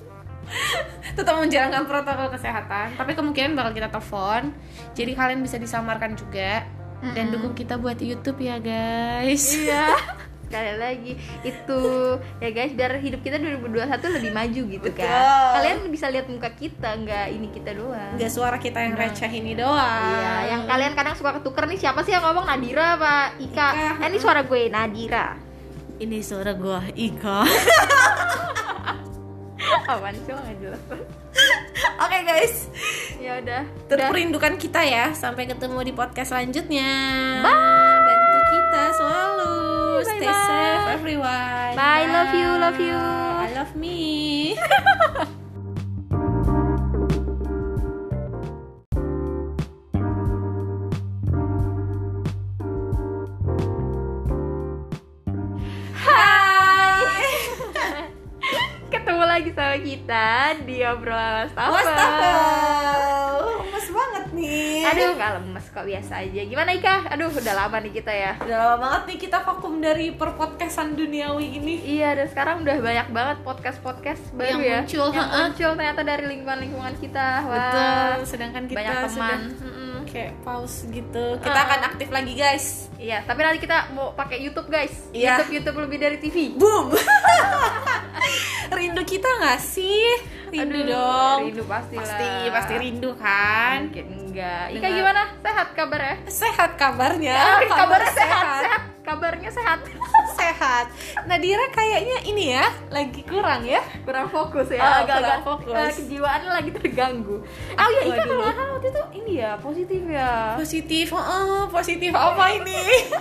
Tetap menjalankan protokol kesehatan, tapi kemungkinan bakal kita telepon. Jadi kalian bisa disamarkan juga. dan dukung kita buat YouTube ya guys. Iya. Sekali lagi itu ya guys, biar hidup kita dua ribu dua puluh satu lebih maju gitu. Betul. Kan. Kalian bisa lihat muka kita, nggak ini kita doang. Nggak suara kita yang nah. receh ini doang. Iya, yang kalian kadang suka ketuker nih, siapa sih yang ngomong, Nadira apa Ika? Ika. Eh, ini suara gue Nadira. Ini suara gue Ika. Apaan sih, nggak jelas. Oke okay, guys, ya udah. Terperindukan kita ya. Sampai ketemu di podcast selanjutnya. Bye. Bantu kita selalu. Bye, Stay bye. safe everyone. Bye. Bye. Love you, love you. I love me. Lagi sama kita di obrolan Wastafel. Wastafel, lemes banget nih. Aduh, nggak lemes kok, biasa aja. Gimana Ika? Aduh, udah lama nih kita ya. Udah lama banget nih kita vakum dari perpodcastan duniawi ini. Iya, dan sekarang udah banyak banget podcast-podcast baru yang ya muncul, yang muncul ternyata dari lingkungan-lingkungan kita. Wah, betul. Sedangkan kita banyak teman. Sudah kayak pause gitu. Kita uh. akan aktif lagi guys. Iya, tapi nanti kita mau pakai YouTube guys. Iya. YouTube YouTube lebih dari T V. Boom. Rindu kita nggak sih? Rindu Aduh, dong. Rindu pasti lah. Pasti pasti rindu kan? Mungkin enggak. Ika gimana? Sehat kabarnya? Sehat kabarnya. Eh, kabarnya sehat. Sehat. Kabarnya sehat. Sehat. Nadira kayaknya ini ya, lagi kurang ya? Kurang fokus ya. Oh, agak-agak fokus. Uh, kejiwaannya lagi terganggu. Oh ya, Ika kalau nggak salah waktu itu ini ya positif ya. Positif. Oh, positif apa ini?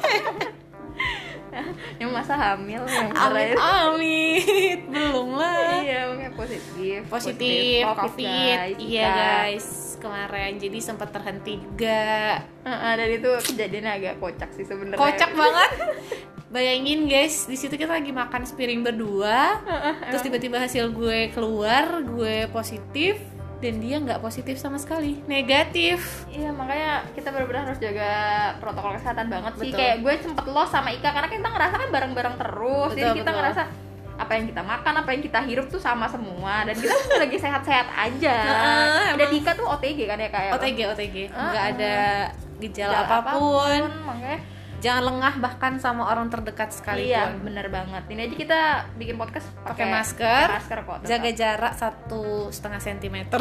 Yang masa hamil yang amit amit belum lah. Iya, makanya positif positif, positif COVID, COVID. Guys. Iya guys, kemarin jadi sempat terhenti juga. Uh, dan itu kejadiannya agak kocak sih sebenarnya. Kocak banget. Bayangin guys, di situ kita lagi makan sepiring berdua, uh, uh, terus tiba-tiba hasil gue keluar, gue positif. Dan dia nggak positif sama sekali, negatif. Iya, makanya kita benar-benar harus jaga protokol kesehatan banget sih. Betul. Kayak gue sempet lost sama Ika karena kita ngerasa kan bareng-bareng terus. Betul, jadi kita betul. ngerasa apa yang kita makan, apa yang kita hirup tuh sama semua. Dan kita tuh lagi sehat-sehat aja. Nah, dan Ika tuh O T G kan ya kayak O T G O T G nggak uh, ada gejala, gejala apapun. apapun. Makanya jangan lengah bahkan sama orang terdekat sekalipun. Iya, bener banget. Ini aja kita bikin podcast pakai masker, masker kok. Jaga jarak satu setengah sentimeter.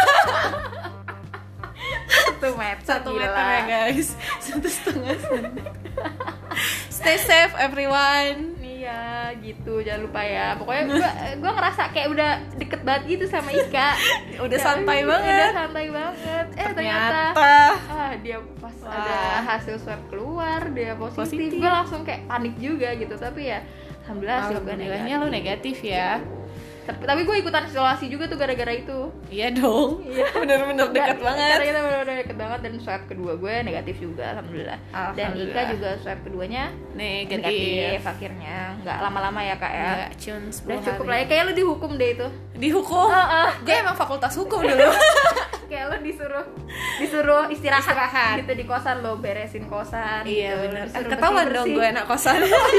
Satu meter. Satu meter ya guys. Satu setengah sentimeter. Stay safe everyone. Iya, gitu. Jangan lupa ya. Pokoknya gue gue ngerasa kayak udah deket banget gitu sama Ika. Udah ya, santai banget. Udah santai banget. Eh ternyata, ternyata ah dia pas wah. ada hasil swab keluar dia positif. Positif. Gue langsung kayak panik juga gitu. Tapi ya alhamdulillah hasil gue negatif. Alhamdulillahnya lo negatif ya. Tapi, tapi gue ikutan isolasi juga tuh gara-gara itu. Iya dong. Iya. Bener-bener dekat banget. Karena kita bener-bener deket banget. Dan swab kedua gue negatif juga alhamdulillah. Alhamdulillah. Dan Ika juga swab keduanya negatif, negatif akhirnya. Nggak lama-lama ya kak ya. Nggak, cuma sepuluh udah cukup hari. lah ya. Kayak lu dihukum deh itu. Dihukum? Uh, uh. Gue emang fakultas hukum dulu. Kayak lo disuruh disuruh istirahat, istirahat. gitu di kosan, lo beresin kosan. Iya gitu. benar. Disuruh Ketahuan bersih-bersih. dong gue anak kosan.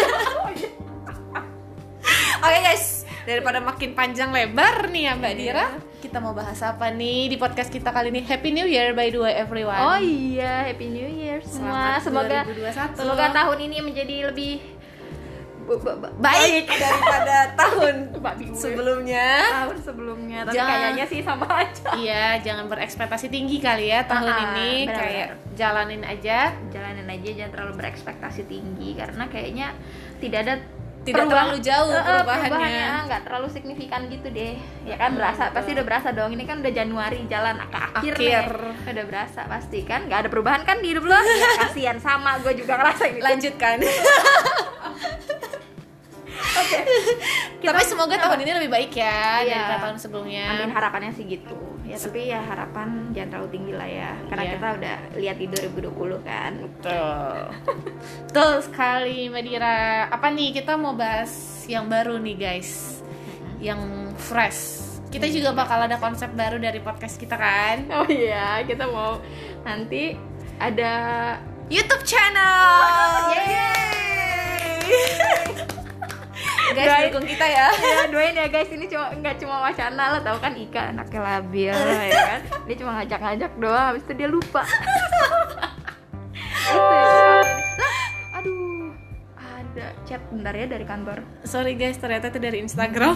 Oke okay, guys, daripada makin panjang lebar nih ya Mbak Iya. Dira, kita mau bahas apa nih di podcast kita kali ini? Happy New Year by the way everyone. Oh iya, Happy New Year semua. Selamat Semoga dua ribu dua puluh satu. semoga tahun ini menjadi lebih b- b- b- baik daripada tahun Babi gue. sebelumnya. Tahun sebelumnya, tapi Jangan- kayaknya sih sama aja. Iya, jangan berekspektasi tinggi kali ya tahun Ah, ah, ini. benar-benar. Kayak jalanin aja. Jalanin aja, jangan terlalu berekspektasi tinggi karena kayaknya tidak ada Tidak perubahan- terlalu jauh Eh, eh, perubahannya. perubahannya nggak terlalu signifikan gitu deh ya kan. Berasa betul. pasti udah berasa dong, ini kan udah Januari jalan ke akhir, Akhir. nih udah berasa pasti kan. Nggak ada perubahan kan di hidup lo ya, kasihan sama gue juga ngerasa gitu. Lanjutkan. Oke, Tapi semoga tahun ini lebih baik ya Iya. daripada tahun sebelumnya. amin, harapannya sih gitu ya. Tapi ya harapan jangan terlalu tinggi lah ya, karena Iya. kita udah lihat di dua ribu dua puluh kan. Betul. Betul sekali Mbak Dira. Apa nih kita mau bahas yang baru nih guys, yang fresh. Kita juga bakal ada konsep baru dari podcast kita kan. Oh iya, kita mau nanti ada YouTube channel. Yeay. Guys, Guys. dukung kita ya. Ya doain ya guys, ini cuma nggak cuma wacana, lo tau kan Ika anaknya labil ya kan, dia cuma ngajak-ngajak doang, habis itu dia lupa. Gitu ya. ada chat bentar ya dari kantor. Sorry guys, ternyata itu dari Instagram.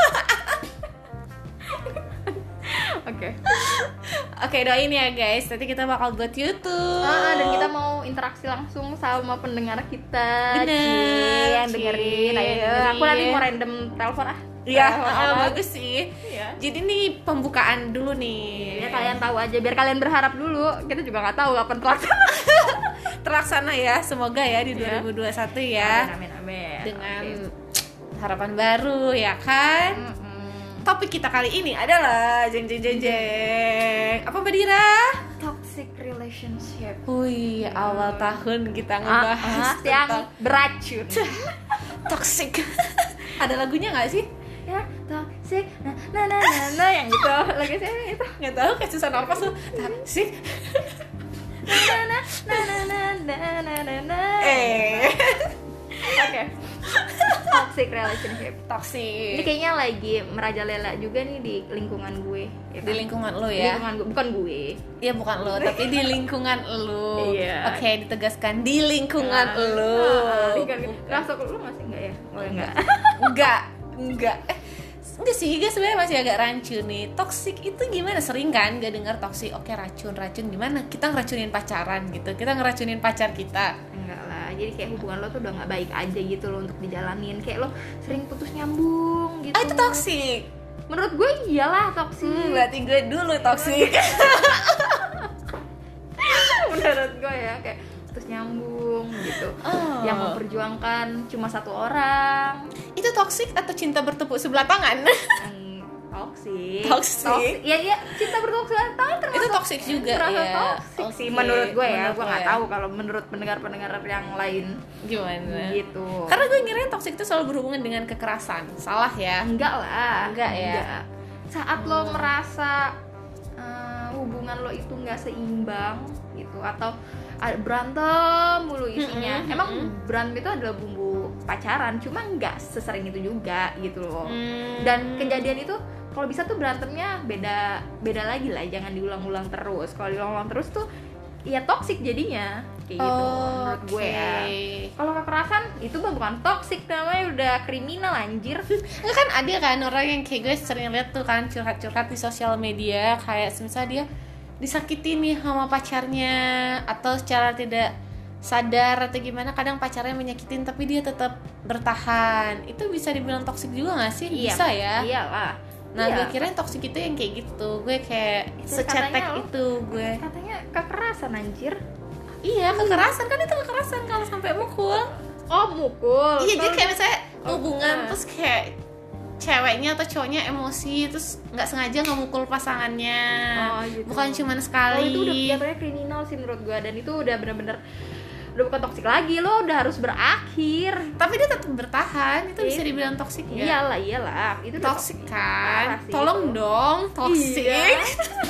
Oke. Oke, doain ya guys, nanti kita bakal buat YouTube. Ah, dan kita mau interaksi langsung sama pendengar kita. Bener, Cie, yang Cie, dengerin. Ayo, dengerin. aku nanti mau random telepon ah. Iya, Telepon ah, apa. bagus sih. Iya. Jadi nih pembukaan dulu nih. Ya kalian tahu aja, biar kalian berharap dulu. Kita juga nggak tahu kapan terlaksana. Terlaksana ya, semoga ya di Iya. dua ribu dua puluh satu ya. Amin, amin, amin. Dengan Oke. harapan baru ya kan. Mm-mm. Topik kita kali ini adalah jeng jeng jeng jeng. Apa Mbak Dira? Toxic relationship. Wih, awal tahun kita ngebahas Ah, ah, yang tentang beracun. toxic. Ada lagunya nggak sih? Ya, toxic. Nah, nah, nah, nah, nah, yang gitu. Lagi sih itu. Nggak tahu, kayak susah nafas tuh. Toxic. Nah, nah, nah, nah, nah, nah, nah, nah, nah. Eh, Oke. Toxic relationship. Ini toxic. kayaknya lagi merajalela juga nih di lingkungan gue. Ya Di kan? lingkungan lo Di ya? lingkungan gue, bukan gue. Iya bukan lo, tapi di lingkungan lo. Iya. Oke, ditegaskan di lingkungan Ah, lo. ah, lingkungan gue. Bukan. Masuk lu masih enggak ya? Oh, enggak. Enggak, enggak. Eh, enggak sih, guys sebenarnya masih agak rancu nih. Toxic itu gimana? Sering kan gak dengar toxic. Oke, racun, racun gimana? Kita ngeracunin pacaran gitu. Kita ngeracunin pacar kita. Enggak lah, jadi kayak hubungan lo tuh udah nggak baik aja gitu loh untuk dijalanin. Kayak lo sering putus nyambung gitu. Ah, itu toxic. Menurut gue iyalah toxic. Hmm, berarti gue dulu toxic. Menurut gue ya kayak putus nyambung gitu. Oh. Yang memperjuangkan cuma satu orang. Itu toxic atau cinta bertepuk sebelah tangan? Hmm, toxic. Toxic. Ya ya, cinta bertepuk sebelah tangan termasuk. Itu toxic juga termasuk ya. toxic sih Oke, menurut gue ya. menurut Gue lo nggak ya. tahu kalau menurut pendengar-pendengar yang lain Gimana? gitu. Karena gue ngira toxic itu selalu berhubungan dengan kekerasan. Salah ya? Enggak lah. Enggak ya? Saat lo merasa eh, hubungan lo itu nggak seimbang gitu atau ada berantem mulu isinya. Mm-mm, Emang mm-mm. berantem itu adalah bumbu pacaran, cuma nggak sesering itu juga gitu loh. Hmm. Dan kejadian itu kalau bisa tuh berantemnya beda beda lagi lah, jangan diulang-ulang terus. Kalau diulang-ulang terus tuh ya toksik jadinya kayak gitu menurut gue ya. Kalau kekerasan itu mah bukan toksik, namanya udah kriminal anjir. Nggak kan ada kan orang yang kayak gue sering lihat tuh kan curhat-curhat di sosial media kayak misalnya dia disakiti nih sama pacarnya atau secara tidak sadar atau gimana kadang pacarnya menyakitin tapi dia tetap bertahan. Itu bisa dibilang toksik juga nggak sih? Iya, Bisa ya. Iyalah. Nah, Iya. gue kira yang toksik itu yang kayak gitu. Gue kayak Itu secetek katanya lo- itu gue. Katanya kekerasan anjir. Iya, kekerasan kan itu kekerasan kalau sampai mukul. Oh, mukul. Iya, jadi Kalau- kayak misalnya hubungan nah. terus kayak ceweknya atau cowoknya emosi terus nggak sengaja ngemukul pasangannya. Oh, gitu. Bukan cuma Kalau sekali. itu udah jatuhnya kriminal sih menurut gue, dan itu udah bener-bener udah bukan toksik lagi, lo udah harus berakhir. Tapi dia tetap bertahan, itu bisa Iya. dibilang toksik ya? Iyalah, iyalah. Itu udah Toksik Parah kan? sih Tolong itu. dong, toksik. Iya.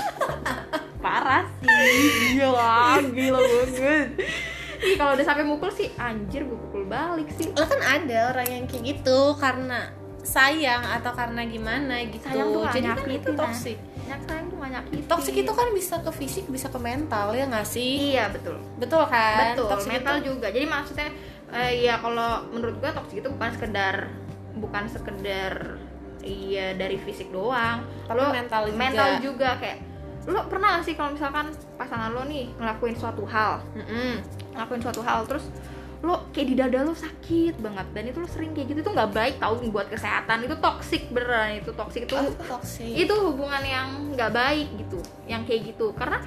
Parah sih. Gila, gila banget. Ih, kalau udah sampai mukul sih anjir gue pukul balik sih. Lah kan ada orang yang kayak gitu karena sayang atau karena gimana gitu. Sayang tuh gak Jadi kan nyakitin, itu nah. toksik. Nyak sayang tuh gak nyakitin. Toksik itu kan bisa ke fisik, bisa ke mental ya nggak sih? Iya, betul. Betul kan? Betul, Toksik mental itu- juga. Jadi maksudnya eh, ya kalau menurut gua toksik itu bukan sekedar bukan sekedar iya dari fisik doang. Tapi Lo mental juga. mental juga kayak lo pernah gak sih kalau misalkan pasangan lo nih ngelakuin suatu hal, Mm-mm. ngelakuin suatu hal terus lo kayak di dada lo sakit banget dan itu lo sering kayak gitu, itu nggak baik tau buat kesehatan. Itu toksik beneran, itu toksik itu Oh, itu toksik. itu hubungan yang nggak baik gitu, yang kayak gitu. Karena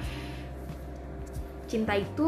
cinta itu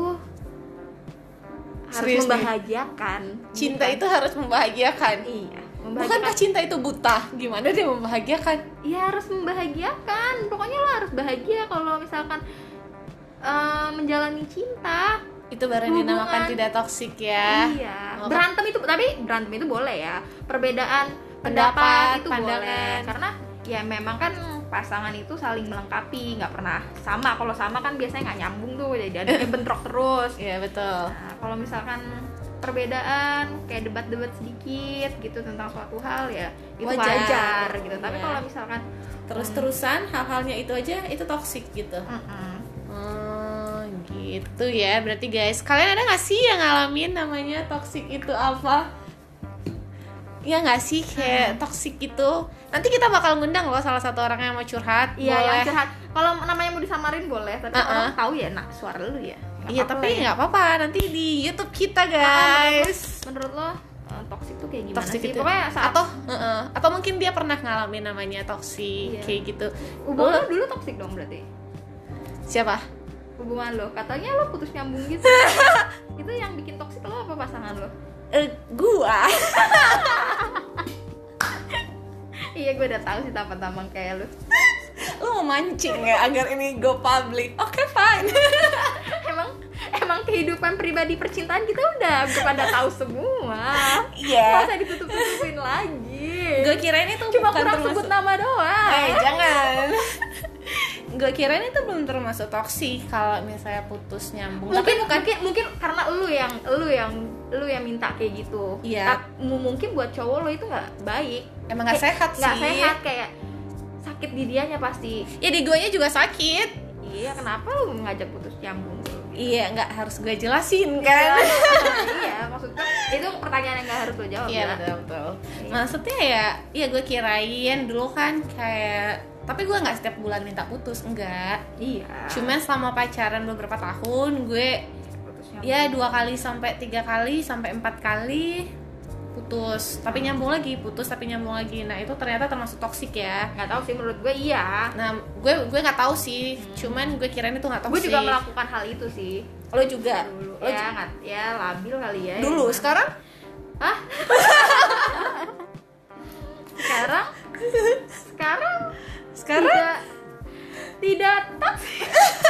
harus Serius nih? membahagiakan. Cinta Bukan- itu harus membahagiakan. iya, Bukankah membahagiakan. cinta itu buta? Gimana dia membahagiakan? Iya, harus membahagiakan. Pokoknya lo harus bahagia kalau misalkan eh, menjalani cinta. Itu baru yang Hubungan. dinamakan tidak toksik ya. Iya. Maka- Berantem itu, tapi berantem itu boleh ya. Perbedaan pendapat, Pendapat, itu pandangan. boleh. Karena ya memang kan pasangan itu saling melengkapi, nggak pernah sama. Kalau sama kan biasanya nggak nyambung tuh, jadi ada yang bentrok terus. Iya betul. Nah, kalau misalkan perbedaan kayak debat-debat sedikit gitu tentang suatu hal ya itu wajar, Wajar. gitu. Tapi Iya. kalau misalkan Terus-terusan hal-halnya itu aja itu toksik gitu. mm-mm. Oh, Gitu ya, berarti guys, kalian ada gak sih yang ngalamin namanya toxic itu apa? Ya gak sih, kayak hmm. toxic itu. Nanti kita bakal ngundang loh salah satu orang yang mau curhat. Iya, yang curhat. Kalau namanya mau disamarin boleh, tapi uh-uh. orang tahu ya, nah suara lu ya. Gak iya, tapi ya. Gak apa-apa, nanti di YouTube kita guys. Nah, menurut, menurut lo, uh, toxic tuh kayak gimana toxic sih? Itu. Pokoknya saat... Atau, uh-uh. atau mungkin dia pernah ngalamin namanya toxic, iya. Kayak gitu. Hubungan lo dulu toxic dong berarti? Siapa? Hubungan lo, katanya lo putus nyambung gitu. Itu yang bikin toksik lo apa pasangan lo? Eh, gua. Iya, gue udah tahu sih tampang-tampang kayak lo. Lo mau mancing ya agar ini go public? Oke, okay, fine. emang emang kehidupan pribadi percintaan kita udah pada tahu semua. Iya. Yeah. Gak usah ditutup-tutupin lagi. Gue kirain itu cuma bukan kurang termasuk... sebut nama doang. Eh, jangan. Gue kirain itu belum termasuk toksik kalau misalnya putus nyambung. Mungkin tapi bukan mungkin, mungkin karena lu yang lu yang lu yang minta kayak gitu. Iya. Mungkin buat cowok lo itu nggak baik. Emang nggak sehat sih. Nggak sehat, kayak sakit di dianya pasti. Ya di guanya juga sakit. Iya, kenapa lu ngajak putus nyambung? Iya, nggak harus gue jelasin kan? Iya, maksudnya itu pertanyaan yang nggak harus lo jawab. Iya, betul betul. Maksudnya ya, ya gue kirain dulu kan kayak, tapi gue nggak setiap bulan minta putus, enggak. Iya. Cuman selama pacaran beberapa tahun gue ya dua kali sampai tiga kali sampai empat kali putus, tapi nyambung lagi, putus tapi nyambung lagi. Nah itu ternyata termasuk toksik ya. Nggak tahu sih, menurut gue iya. Nah gue gue nggak tahu sih, hmm. cuman gue kirain itu nggak toksik. Gue juga melakukan hal itu sih. Lo juga? Dulu. Lo ya nggak, ya labil kali ya. Dulu, ya, sekarang? Hah? sekarang? Sekarang? Sekarang? Tidak, tidak toksik.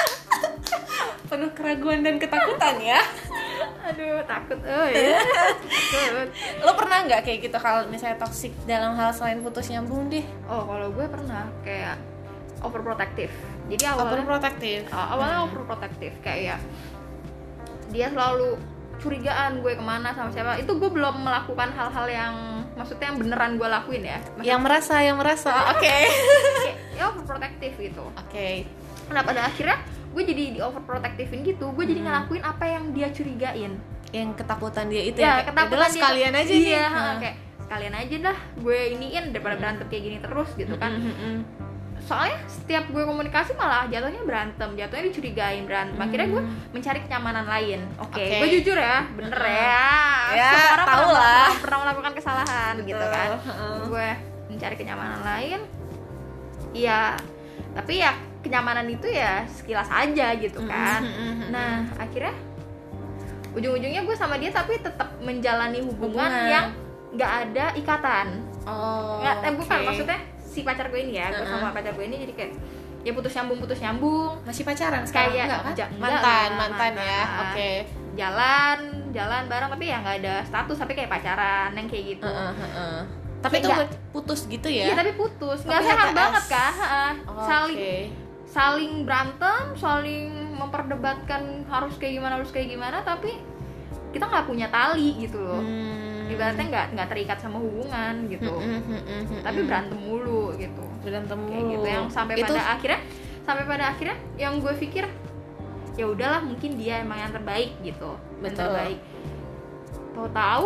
Penuh keraguan dan ketakutan ya. Aduh, takut. Oh ya. Takut. Lo pernah nggak kayak gitu kalau misalnya toksik dalam hal selain putus nyambung deh? Oh, kalau gue pernah kayak overprotective. Jadi awalnya overprotective. Awalnya hmm. overprotective kayak dia selalu curigaan gue kemana sama siapa. Itu gue belum melakukan hal-hal yang maksudnya yang beneran gue lakuin ya. Maksudnya, yang merasa, yang merasa. Oke. Okay. Ya overprotective gitu. Oke. Okay. Nah pada akhirnya gue jadi di overprotectivein gitu. Gue jadi hmm. ngelakuin apa yang dia curigain. Yang ketakutan dia itu ya. Ya, ketakutan dia. Sekalian aja iya, nih. Iya, kayak sekalian aja dah gue iniin daripada berantem kayak gini terus gitu kan. Mm-hmm. Soalnya setiap gue komunikasi malah jatuhnya berantem, jatuhnya dicurigain berantem. Akhirnya gue mencari kenyamanan lain. Oke, okay. okay. gue jujur ya, bener uh-huh. ya. Ya, semua orang tahu pernah, lah. Pernah, pernah melakukan kesalahan Betul. gitu kan. Uh-huh. Gue mencari kenyamanan lain. Iya, tapi ya kenyamanan itu ya sekilas aja gitu kan. Uh-huh. Nah, akhirnya ujung-ujungnya gue sama dia tapi tetap menjalani hubungan, hubungan. yang nggak ada ikatan. Oh. Nggak, eh, bukan okay. maksudnya. Si pacar gue ini ya, gue uh-huh. sama pacar gue ini jadi kayak ya putus nyambung putus nyambung. Masih pacaran sekarang? Kayak enggak kan? Ja- mantan, enggak, mantan, mantan ya. Oke. Okay. Jalan, jalan bareng tapi ya nggak ada status, tapi kayak pacaran yang kayak gitu. Uh, uh, uh, uh. Tapi itu gak, putus gitu ya? Iya tapi putus, nggak sehat banget kan? Uh, oh, saling okay. saling berantem, saling memperdebatkan harus kayak gimana harus kayak gimana, tapi kita nggak punya tali gitu loh. Hmm. Ibaratnya nggak nggak terikat sama hubungan gitu, mm, mm, mm, mm, tapi berantem mulu gitu, berantem mulu kayak gitu yang sampai itu... pada akhirnya sampai pada akhirnya yang gue pikir ya udahlah mungkin dia emang yang terbaik gitu, yang terbaik. Tahu-tahu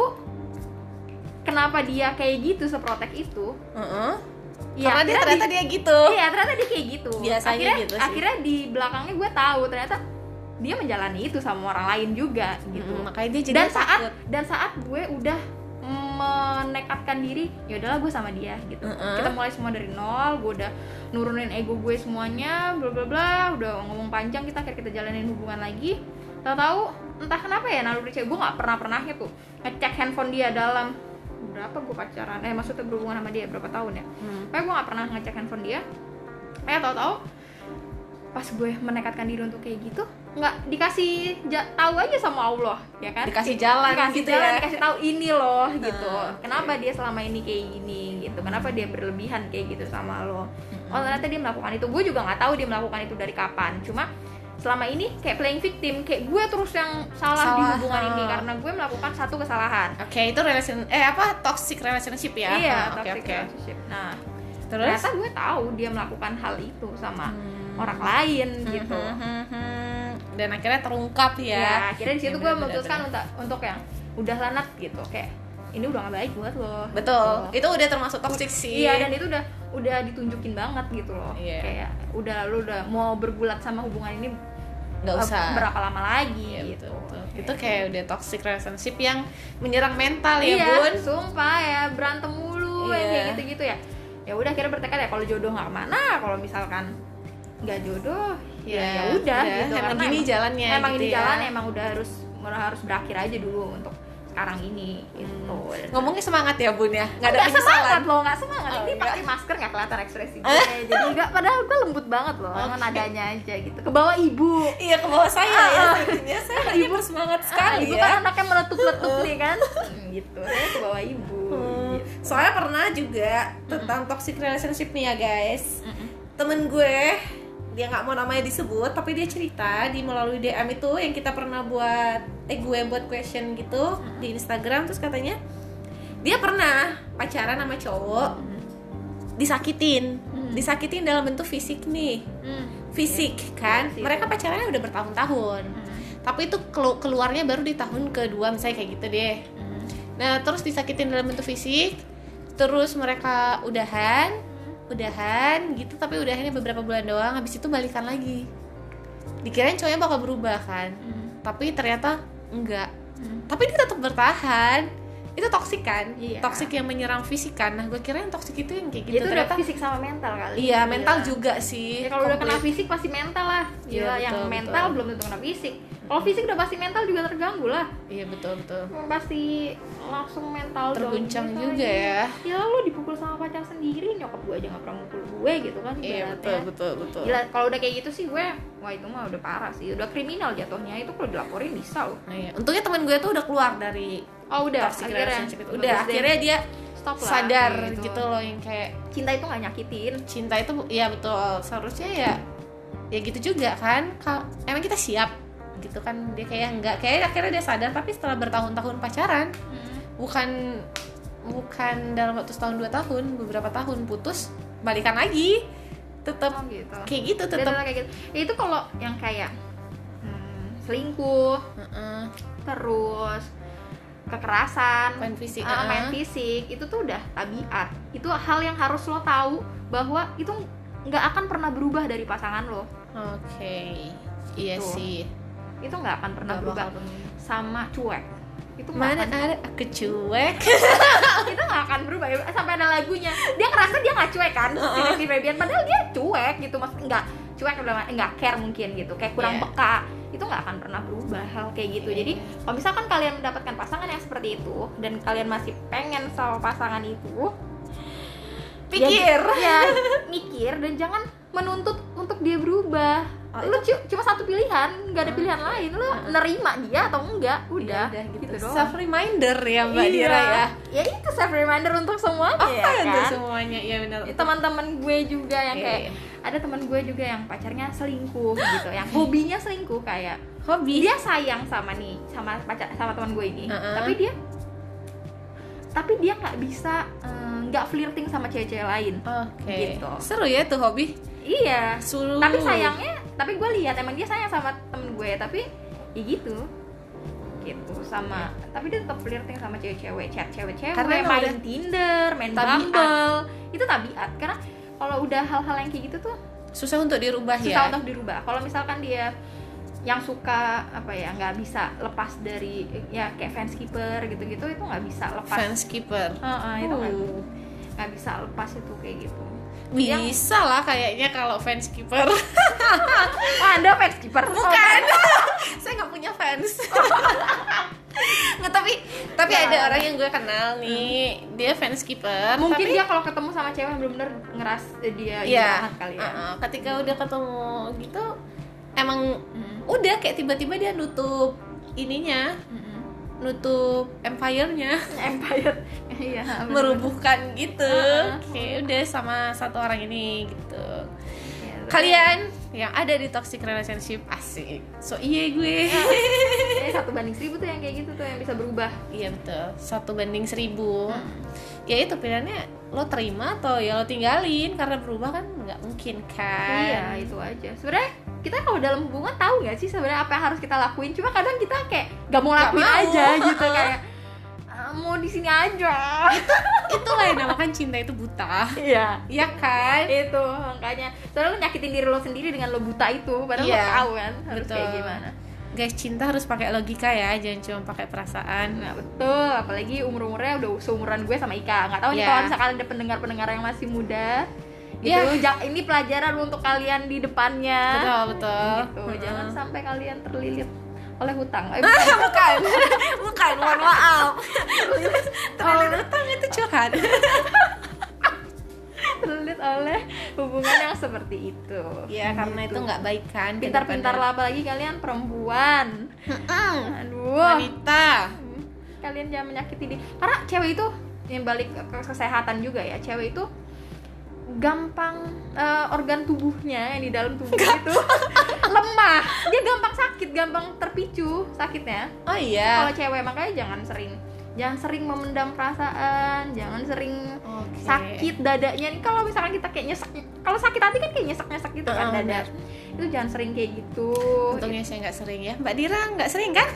kenapa dia kayak gitu seprotek itu? Uh-uh. Ya, karena dia ternyata di, dia gitu. Iya ternyata dia kayak gitu. Biasanya akhirnya, gitu sih. Akhirnya di belakangnya gue tahu ternyata dia menjalani itu sama orang lain juga gitu. Hmm, makanya dia jadi dan saat takut. dan saat gue udah menekatkan diri, ya udahlah gue sama dia gitu. Uh-uh. Kita mulai semua dari nol, gue udah nurunin ego gue semuanya, bla bla bla, udah ngomong panjang, kita akhirnya kita jalanin hubungan lagi. Tahu-tahu entah kenapa ya naluri cewek gue nggak pernah pernahnya tuh ngecek handphone dia dalam berapa gue pacaran, eh maksudnya berhubungan sama dia berapa tahun ya. Hmm. Kayak gue nggak pernah ngecek handphone dia. Kayak tahu-tahu pas gue menekatkan diri untuk kayak gitu nggak dikasih ja- tahu aja sama Allah ya kan, dikasih jalan dikasih gitu jalan, ya, dikasih tahu ini loh gitu, nah, kenapa dia selama ini kayak gini gitu, kenapa dia berlebihan kayak gitu sama lo. Mm-hmm. Oh ternyata dia melakukan itu, gue juga nggak tahu dia melakukan itu dari kapan, cuma selama ini kayak playing victim, kayak gue terus yang salah, salah di hubungan ini karena gue melakukan satu kesalahan. Oke, okay, itu relation eh apa toxic relationship ya? Iya, nah, toxic okay, relationship. Okay. Nah, terus ternyata gue tahu dia melakukan hal itu sama hmm. orang lain gitu. Hmm, hmm, hmm. dan akhirnya terungkap ya. Ya akhirnya di situ Ya, gue bener, memutuskan bener. untuk untuk yang udah lanat gitu, kayak ini udah gak baik buat lo. Betul, gitu. itu udah termasuk toxic sih. Iya, dan itu udah udah ditunjukin banget gitu loh. Iya. Kayak udah lu udah mau bergulat sama hubungan ini Nggak usah. berapa lama lagi Iya, gitu. betul, betul. Itu kayak udah toxic relationship yang menyerang mental ya, Iya, Bun. sumpah ya, berantem mulu ya, Iya. kayak gitu-gitu ya. Ya udah akhirnya bertekad ya kalau jodoh nggak kemana, kalau misalkan nggak jodoh ya Ya, ya udah udah, gitu. emang Karena gini jalannya emang gitu ini ya. jalan emang udah harus harus berakhir aja dulu untuk sekarang ini gitu. Ngomongnya semangat ya, Bun ya. Nggak ada Nggak semangat penyesalan. loh, nggak semangat. Oh, Ini enggak. pakai masker nggak kelihatan ekspresi gue. Jadi nggak, padahal gue lembut banget loh. Emang nadanya aja gitu. Ke bawah ibu. Iya, ke bawah saya ya. Sebenarnya saya lagi bersemangat sekali Ibu ya. kan anaknya meletup-letup nih kan. Hmm, gitu. Saya ke bawah ibu. Hmm, Gitu. Soalnya pernah juga tentang toxic relationship nih ya guys. Temen gue, dia nggak mau namanya disebut, tapi dia cerita di melalui D M itu yang kita pernah buat, eh gue buat question gitu di Instagram, terus katanya dia pernah pacaran sama cowok, disakitin, disakitin dalam bentuk fisik nih, Hmm. fisik kan. Iya sih, Mereka itu. pacarannya udah bertahun-tahun, tapi itu kelu- keluarnya baru di tahun kedua misalnya kayak gitu deh. Nah, terus disakitin dalam bentuk fisik, terus mereka udahan, udahan gitu, tapi udahannya beberapa bulan doang, habis itu balikan lagi. Dikirain cowoknya bakal berubah kan, tapi ternyata enggak. Tapi dia tetap bertahan. Itu toksik kan? Iya. Toksik yang menyerang fisik kan. Nah, gue kira yang toksik itu yang kayak gitu. Itu udah ternyata fisik sama mental kali. iya, mental Gila. juga sih. Ya, kalau udah kena Komplit. fisik pasti mental lah. Iya, Gila, yang betul, mental betul. belum tentu kena fisik. Kalau fisik udah pasti mental juga terganggu lah. Iya, betul betul. Pasti langsung mental Terguncang down gitu juga aja. ya. Ya lu dipukul sama pacar sendiri, nyokap gue aja nggak pernah mukul gue gitu kan. Iya, ibaratnya. betul betul betul. Gila, kalau udah kayak gitu sih gue, wah itu mah udah parah sih, udah kriminal jatuhnya. Itu kalau dilaporin bisa loh. Nah, iya. Untungnya teman gue tuh udah keluar dari Oh udah, toxic akhirnya relationship itu. bagus Udah, deh. akhirnya dia Stop lah, sadar gitu. gitu loh, yang kayak Cinta itu nggak nyakitin. cinta itu ya betul, seharusnya ya ya gitu juga kan. Kalau emang kita siap gitu kan, dia kayak enggak, kayak akhirnya dia sadar, tapi setelah bertahun-tahun pacaran, bukan bukan dalam waktu setahun dua tahun, beberapa tahun putus, balikan lagi, tetap Oh gitu. kayak gitu, Dia tetap adalah kayak gitu. Ya, itu kalau yang kayak hmm, selingkuh, Heeh. terus kekerasan, Main fisik, ah, uh-uh. main fisik, itu tuh udah tabiat. Itu hal yang harus lo tahu bahwa itu nggak akan pernah berubah dari pasangan lo. Oke, iya Tuh. sih. Itu nggak akan pernah Nggak berubah. bakal berubah. Sama cuek. Itu nggak Mana akan, ada aku cuek. itu nggak akan berubah. Sampai ada lagunya. Dia ngerasa dia nggak cuek kan, si Febian. Padahal dia cuek gitu, maksudnya nggak cuek, udah nggak care mungkin gitu, kayak kurang Yeah. peka. Itu nggak akan pernah berubah hal kayak gitu. Yeah. Jadi kalau misalkan kalian mendapatkan pasangan yang seperti itu dan kalian masih pengen sama pasangan itu, Pikir. ya, ya mikir dan jangan menuntut untuk dia berubah. Oh, Lu cu- cuma satu pilihan, nggak ada pilihan lain. Lu nerima dia atau enggak, udah, udah gitu, gitu doang. self reminder ya Mbak Iya. Dira ya. Ya itu self reminder untuk semuanya Apa ya itu kan? semuanya? Iya benar. Teman-teman gue juga yang Iya, kayak iya. ada teman gue juga yang pacarnya selingkuh gitu, yang hobinya selingkuh, kayak Hobi. dia sayang sama nih sama pacar sama teman gue ini, Uh-uh. tapi dia tapi dia nggak bisa eh, nggak flirting sama cewek-cewek lain. Oke. Gitu. Seru ya tuh hobi. Iya. Seru. Tapi sayangnya, tapi gue lihat emang dia sayang sama temen gue, tapi ya gitu. Gitu sama, tapi dia tetap flirting sama cewek-cewek, chat cewek-cewek, Karena emang main udah Tinder, main tabiat. Bumble. Itu tabiat. Karena kalau udah hal-hal yang kayak gitu tuh Susah untuk dirubah susah ya. untuk dirubah. Kalau misalkan dia yang suka apa ya, nggak bisa lepas dari ya kayak fence keeper gitu-gitu, itu nggak bisa lepas. Fans keeper. Heeh, itu nggak Uh. nggak bisa lepas itu kayak gitu. Bisa lah kayaknya kalau fans keeper. Oh, Anda fence keeper? Bukan. Saya nggak punya fans. Nggak, tapi tapi Ya. ada orang yang gue kenal nih, dia fans keeper. Mungkin tapi, dia kalau ketemu sama cewek yang bener-bener ngeras eh, dia ini Iya. banget kali ya. uh-uh, ketika udah ketemu gitu, emang Mm. udah kayak tiba-tiba dia nutup ininya, Mm-mm. nutup empire-nya. Empire. Iya. bener-bener. Merubuhkan gitu. Uh-uh. Kayak udah sama satu orang ini gitu. Iya, terus- Kalian yang ada di toxic relationship, asik. So iya gue. Eh, satu banding seribu tuh yang kayak gitu tuh yang bisa berubah. Iya betul. Satu banding seribu. Hmm. Ya itu pilihannya, lo terima atau ya lo tinggalin, karena berubah kan nggak mungkin kan. Iya, itu aja. Sebenarnya kita kalau dalam hubungan tahu nggak sih sebenarnya apa yang harus kita lakuin, cuma kadang kita kayak gak mau lakuin mau. aja gitu kayak "Ah, mau di sini aja." Itulah yang namakan cinta itu buta. Iya, Iya kan? itu makanya soalnya lo nyakitin diri lo sendiri dengan lo buta itu, padahal Iya, lo tahu kan harus betul. kayak gimana. Guys, cinta harus pakai logika ya, jangan cuma pakai perasaan. Nah betul, apalagi umur-umurnya udah seumuran gue sama Ika. Nggak tahu nih Iya. kalau misalkan ada pendengar-pendengar yang masih muda gitu, Iya. ja- ini pelajaran untuk kalian di depannya. Betul, betul. Gitu, Mm-mm. jangan sampai kalian terlilit oleh hutang. Eh, bukan. bukan. Bukan, mohon maaf. Terlalu utang itu curhat. Terlilit oleh hubungan yang seperti itu. Ya, karena itu nggak baik kan. ke Pintar-pintar depannya. lah, apalagi kalian perempuan. Aduh. Wanita. Hmm, Kalian jangan menyakiti diri. Karena cewek itu yang balik ke ke kesehatan juga ya. Cewek itu gampang eh, organ tubuhnya yang di dalam tubuh itu lemah. Dia gampang sakit, gampang terpicu sakitnya. Oh iya. Kalau cewek makanya jangan sering jangan sering memendam perasaan, jangan sering Oke. sakit dadanya nih. Kalau misalkan kita kayak nyesek, kalau sakit hati kan kayak nyesek-nyesek gitu kan Oh, dada. benar. Itu jangan sering kayak gitu. Untungnya saya nggak sering ya. Mbak Dira nggak sering kan?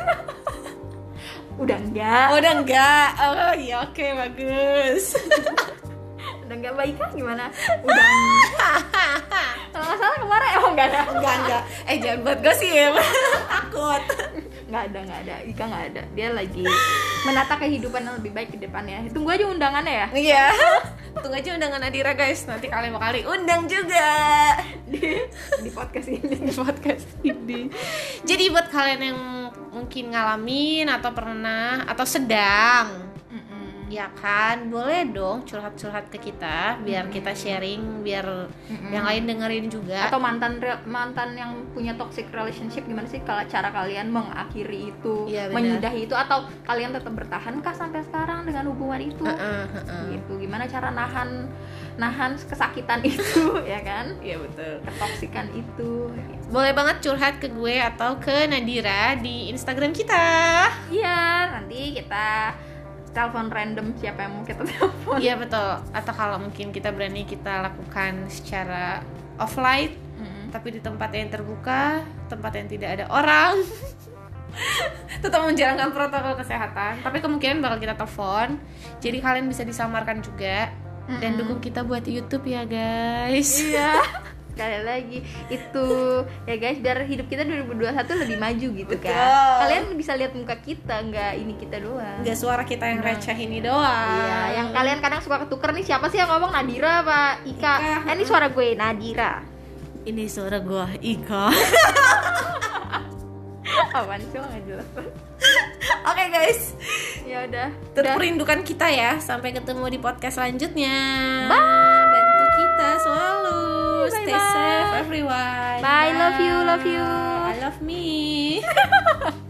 Udah enggak. Oh, udah enggak. Oh iya, oke, bagus. Udah enggak baik kan gimana? Udah enggak. Kalau nggak salah kemarin emang enggak ada. Enggak, enggak. Eh, jangan buat gosip. Takut. Nggak ada, nggak ada. Ika nggak ada. Dia lagi menata kehidupan yang lebih baik ke depannya. Tunggu aja undangannya ya. Iya. Tunggu aja undangan Adira guys. Nanti kalian bakal undang juga Di, di podcast ini. di podcast ini. Jadi buat kalian yang mungkin ngalamin atau pernah atau sedang, Mm-mm. ya kan, boleh dong curhat-curhat ke kita biar kita sharing, biar Mm-mm. yang lain dengerin juga. Atau mantan re- mantan yang punya toxic relationship, gimana sih kalau cara kalian mengakhiri itu, Iya, benar. menyudahi itu, atau kalian tetap bertahan kah sampai sekarang dengan hubungan itu? Heeh, heeh. Gitu. Gimana cara nahan nahan kesakitan itu, ya kan? Iya betul. Ketoksikan itu. Boleh banget curhat ke gue atau ke Nadira di Instagram kita. Iya, nanti kita telepon random siapa yang mau kita telepon. Iya betul. Atau kalau mungkin kita berani kita lakukan secara offline, Mm-mm. tapi di tempat yang terbuka, tempat yang tidak ada orang. Tetap menjalankan protokol kesehatan, tapi kemungkinan bakal kita telepon. Jadi kalian bisa disamarkan juga dan Mm-mm. dukung kita buat YouTube ya guys. Iya. Sekali lagi itu ya guys, biar hidup kita dua ribu dua puluh satu lebih maju gitu kan. Betul. Kalian bisa lihat muka kita, nggak ini kita doang. Nggak suara kita yang Nah. receh ini doang. Iya, yang kalian kadang suka ketuker nih, siapa sih yang ngomong, Nadira apa Ika? Ika. Eh, ini suara gue Nadira. Ini suara gua Ika. Apaan sih, lo nggak jelas. Oke guys, Ya udah. tetap Udah. rindukan kita ya. Sampai ketemu di podcast selanjutnya. Bye. Bantu kita selalu. Stay Bye-bye. safe everyone. Bye, love you, love you. I love me.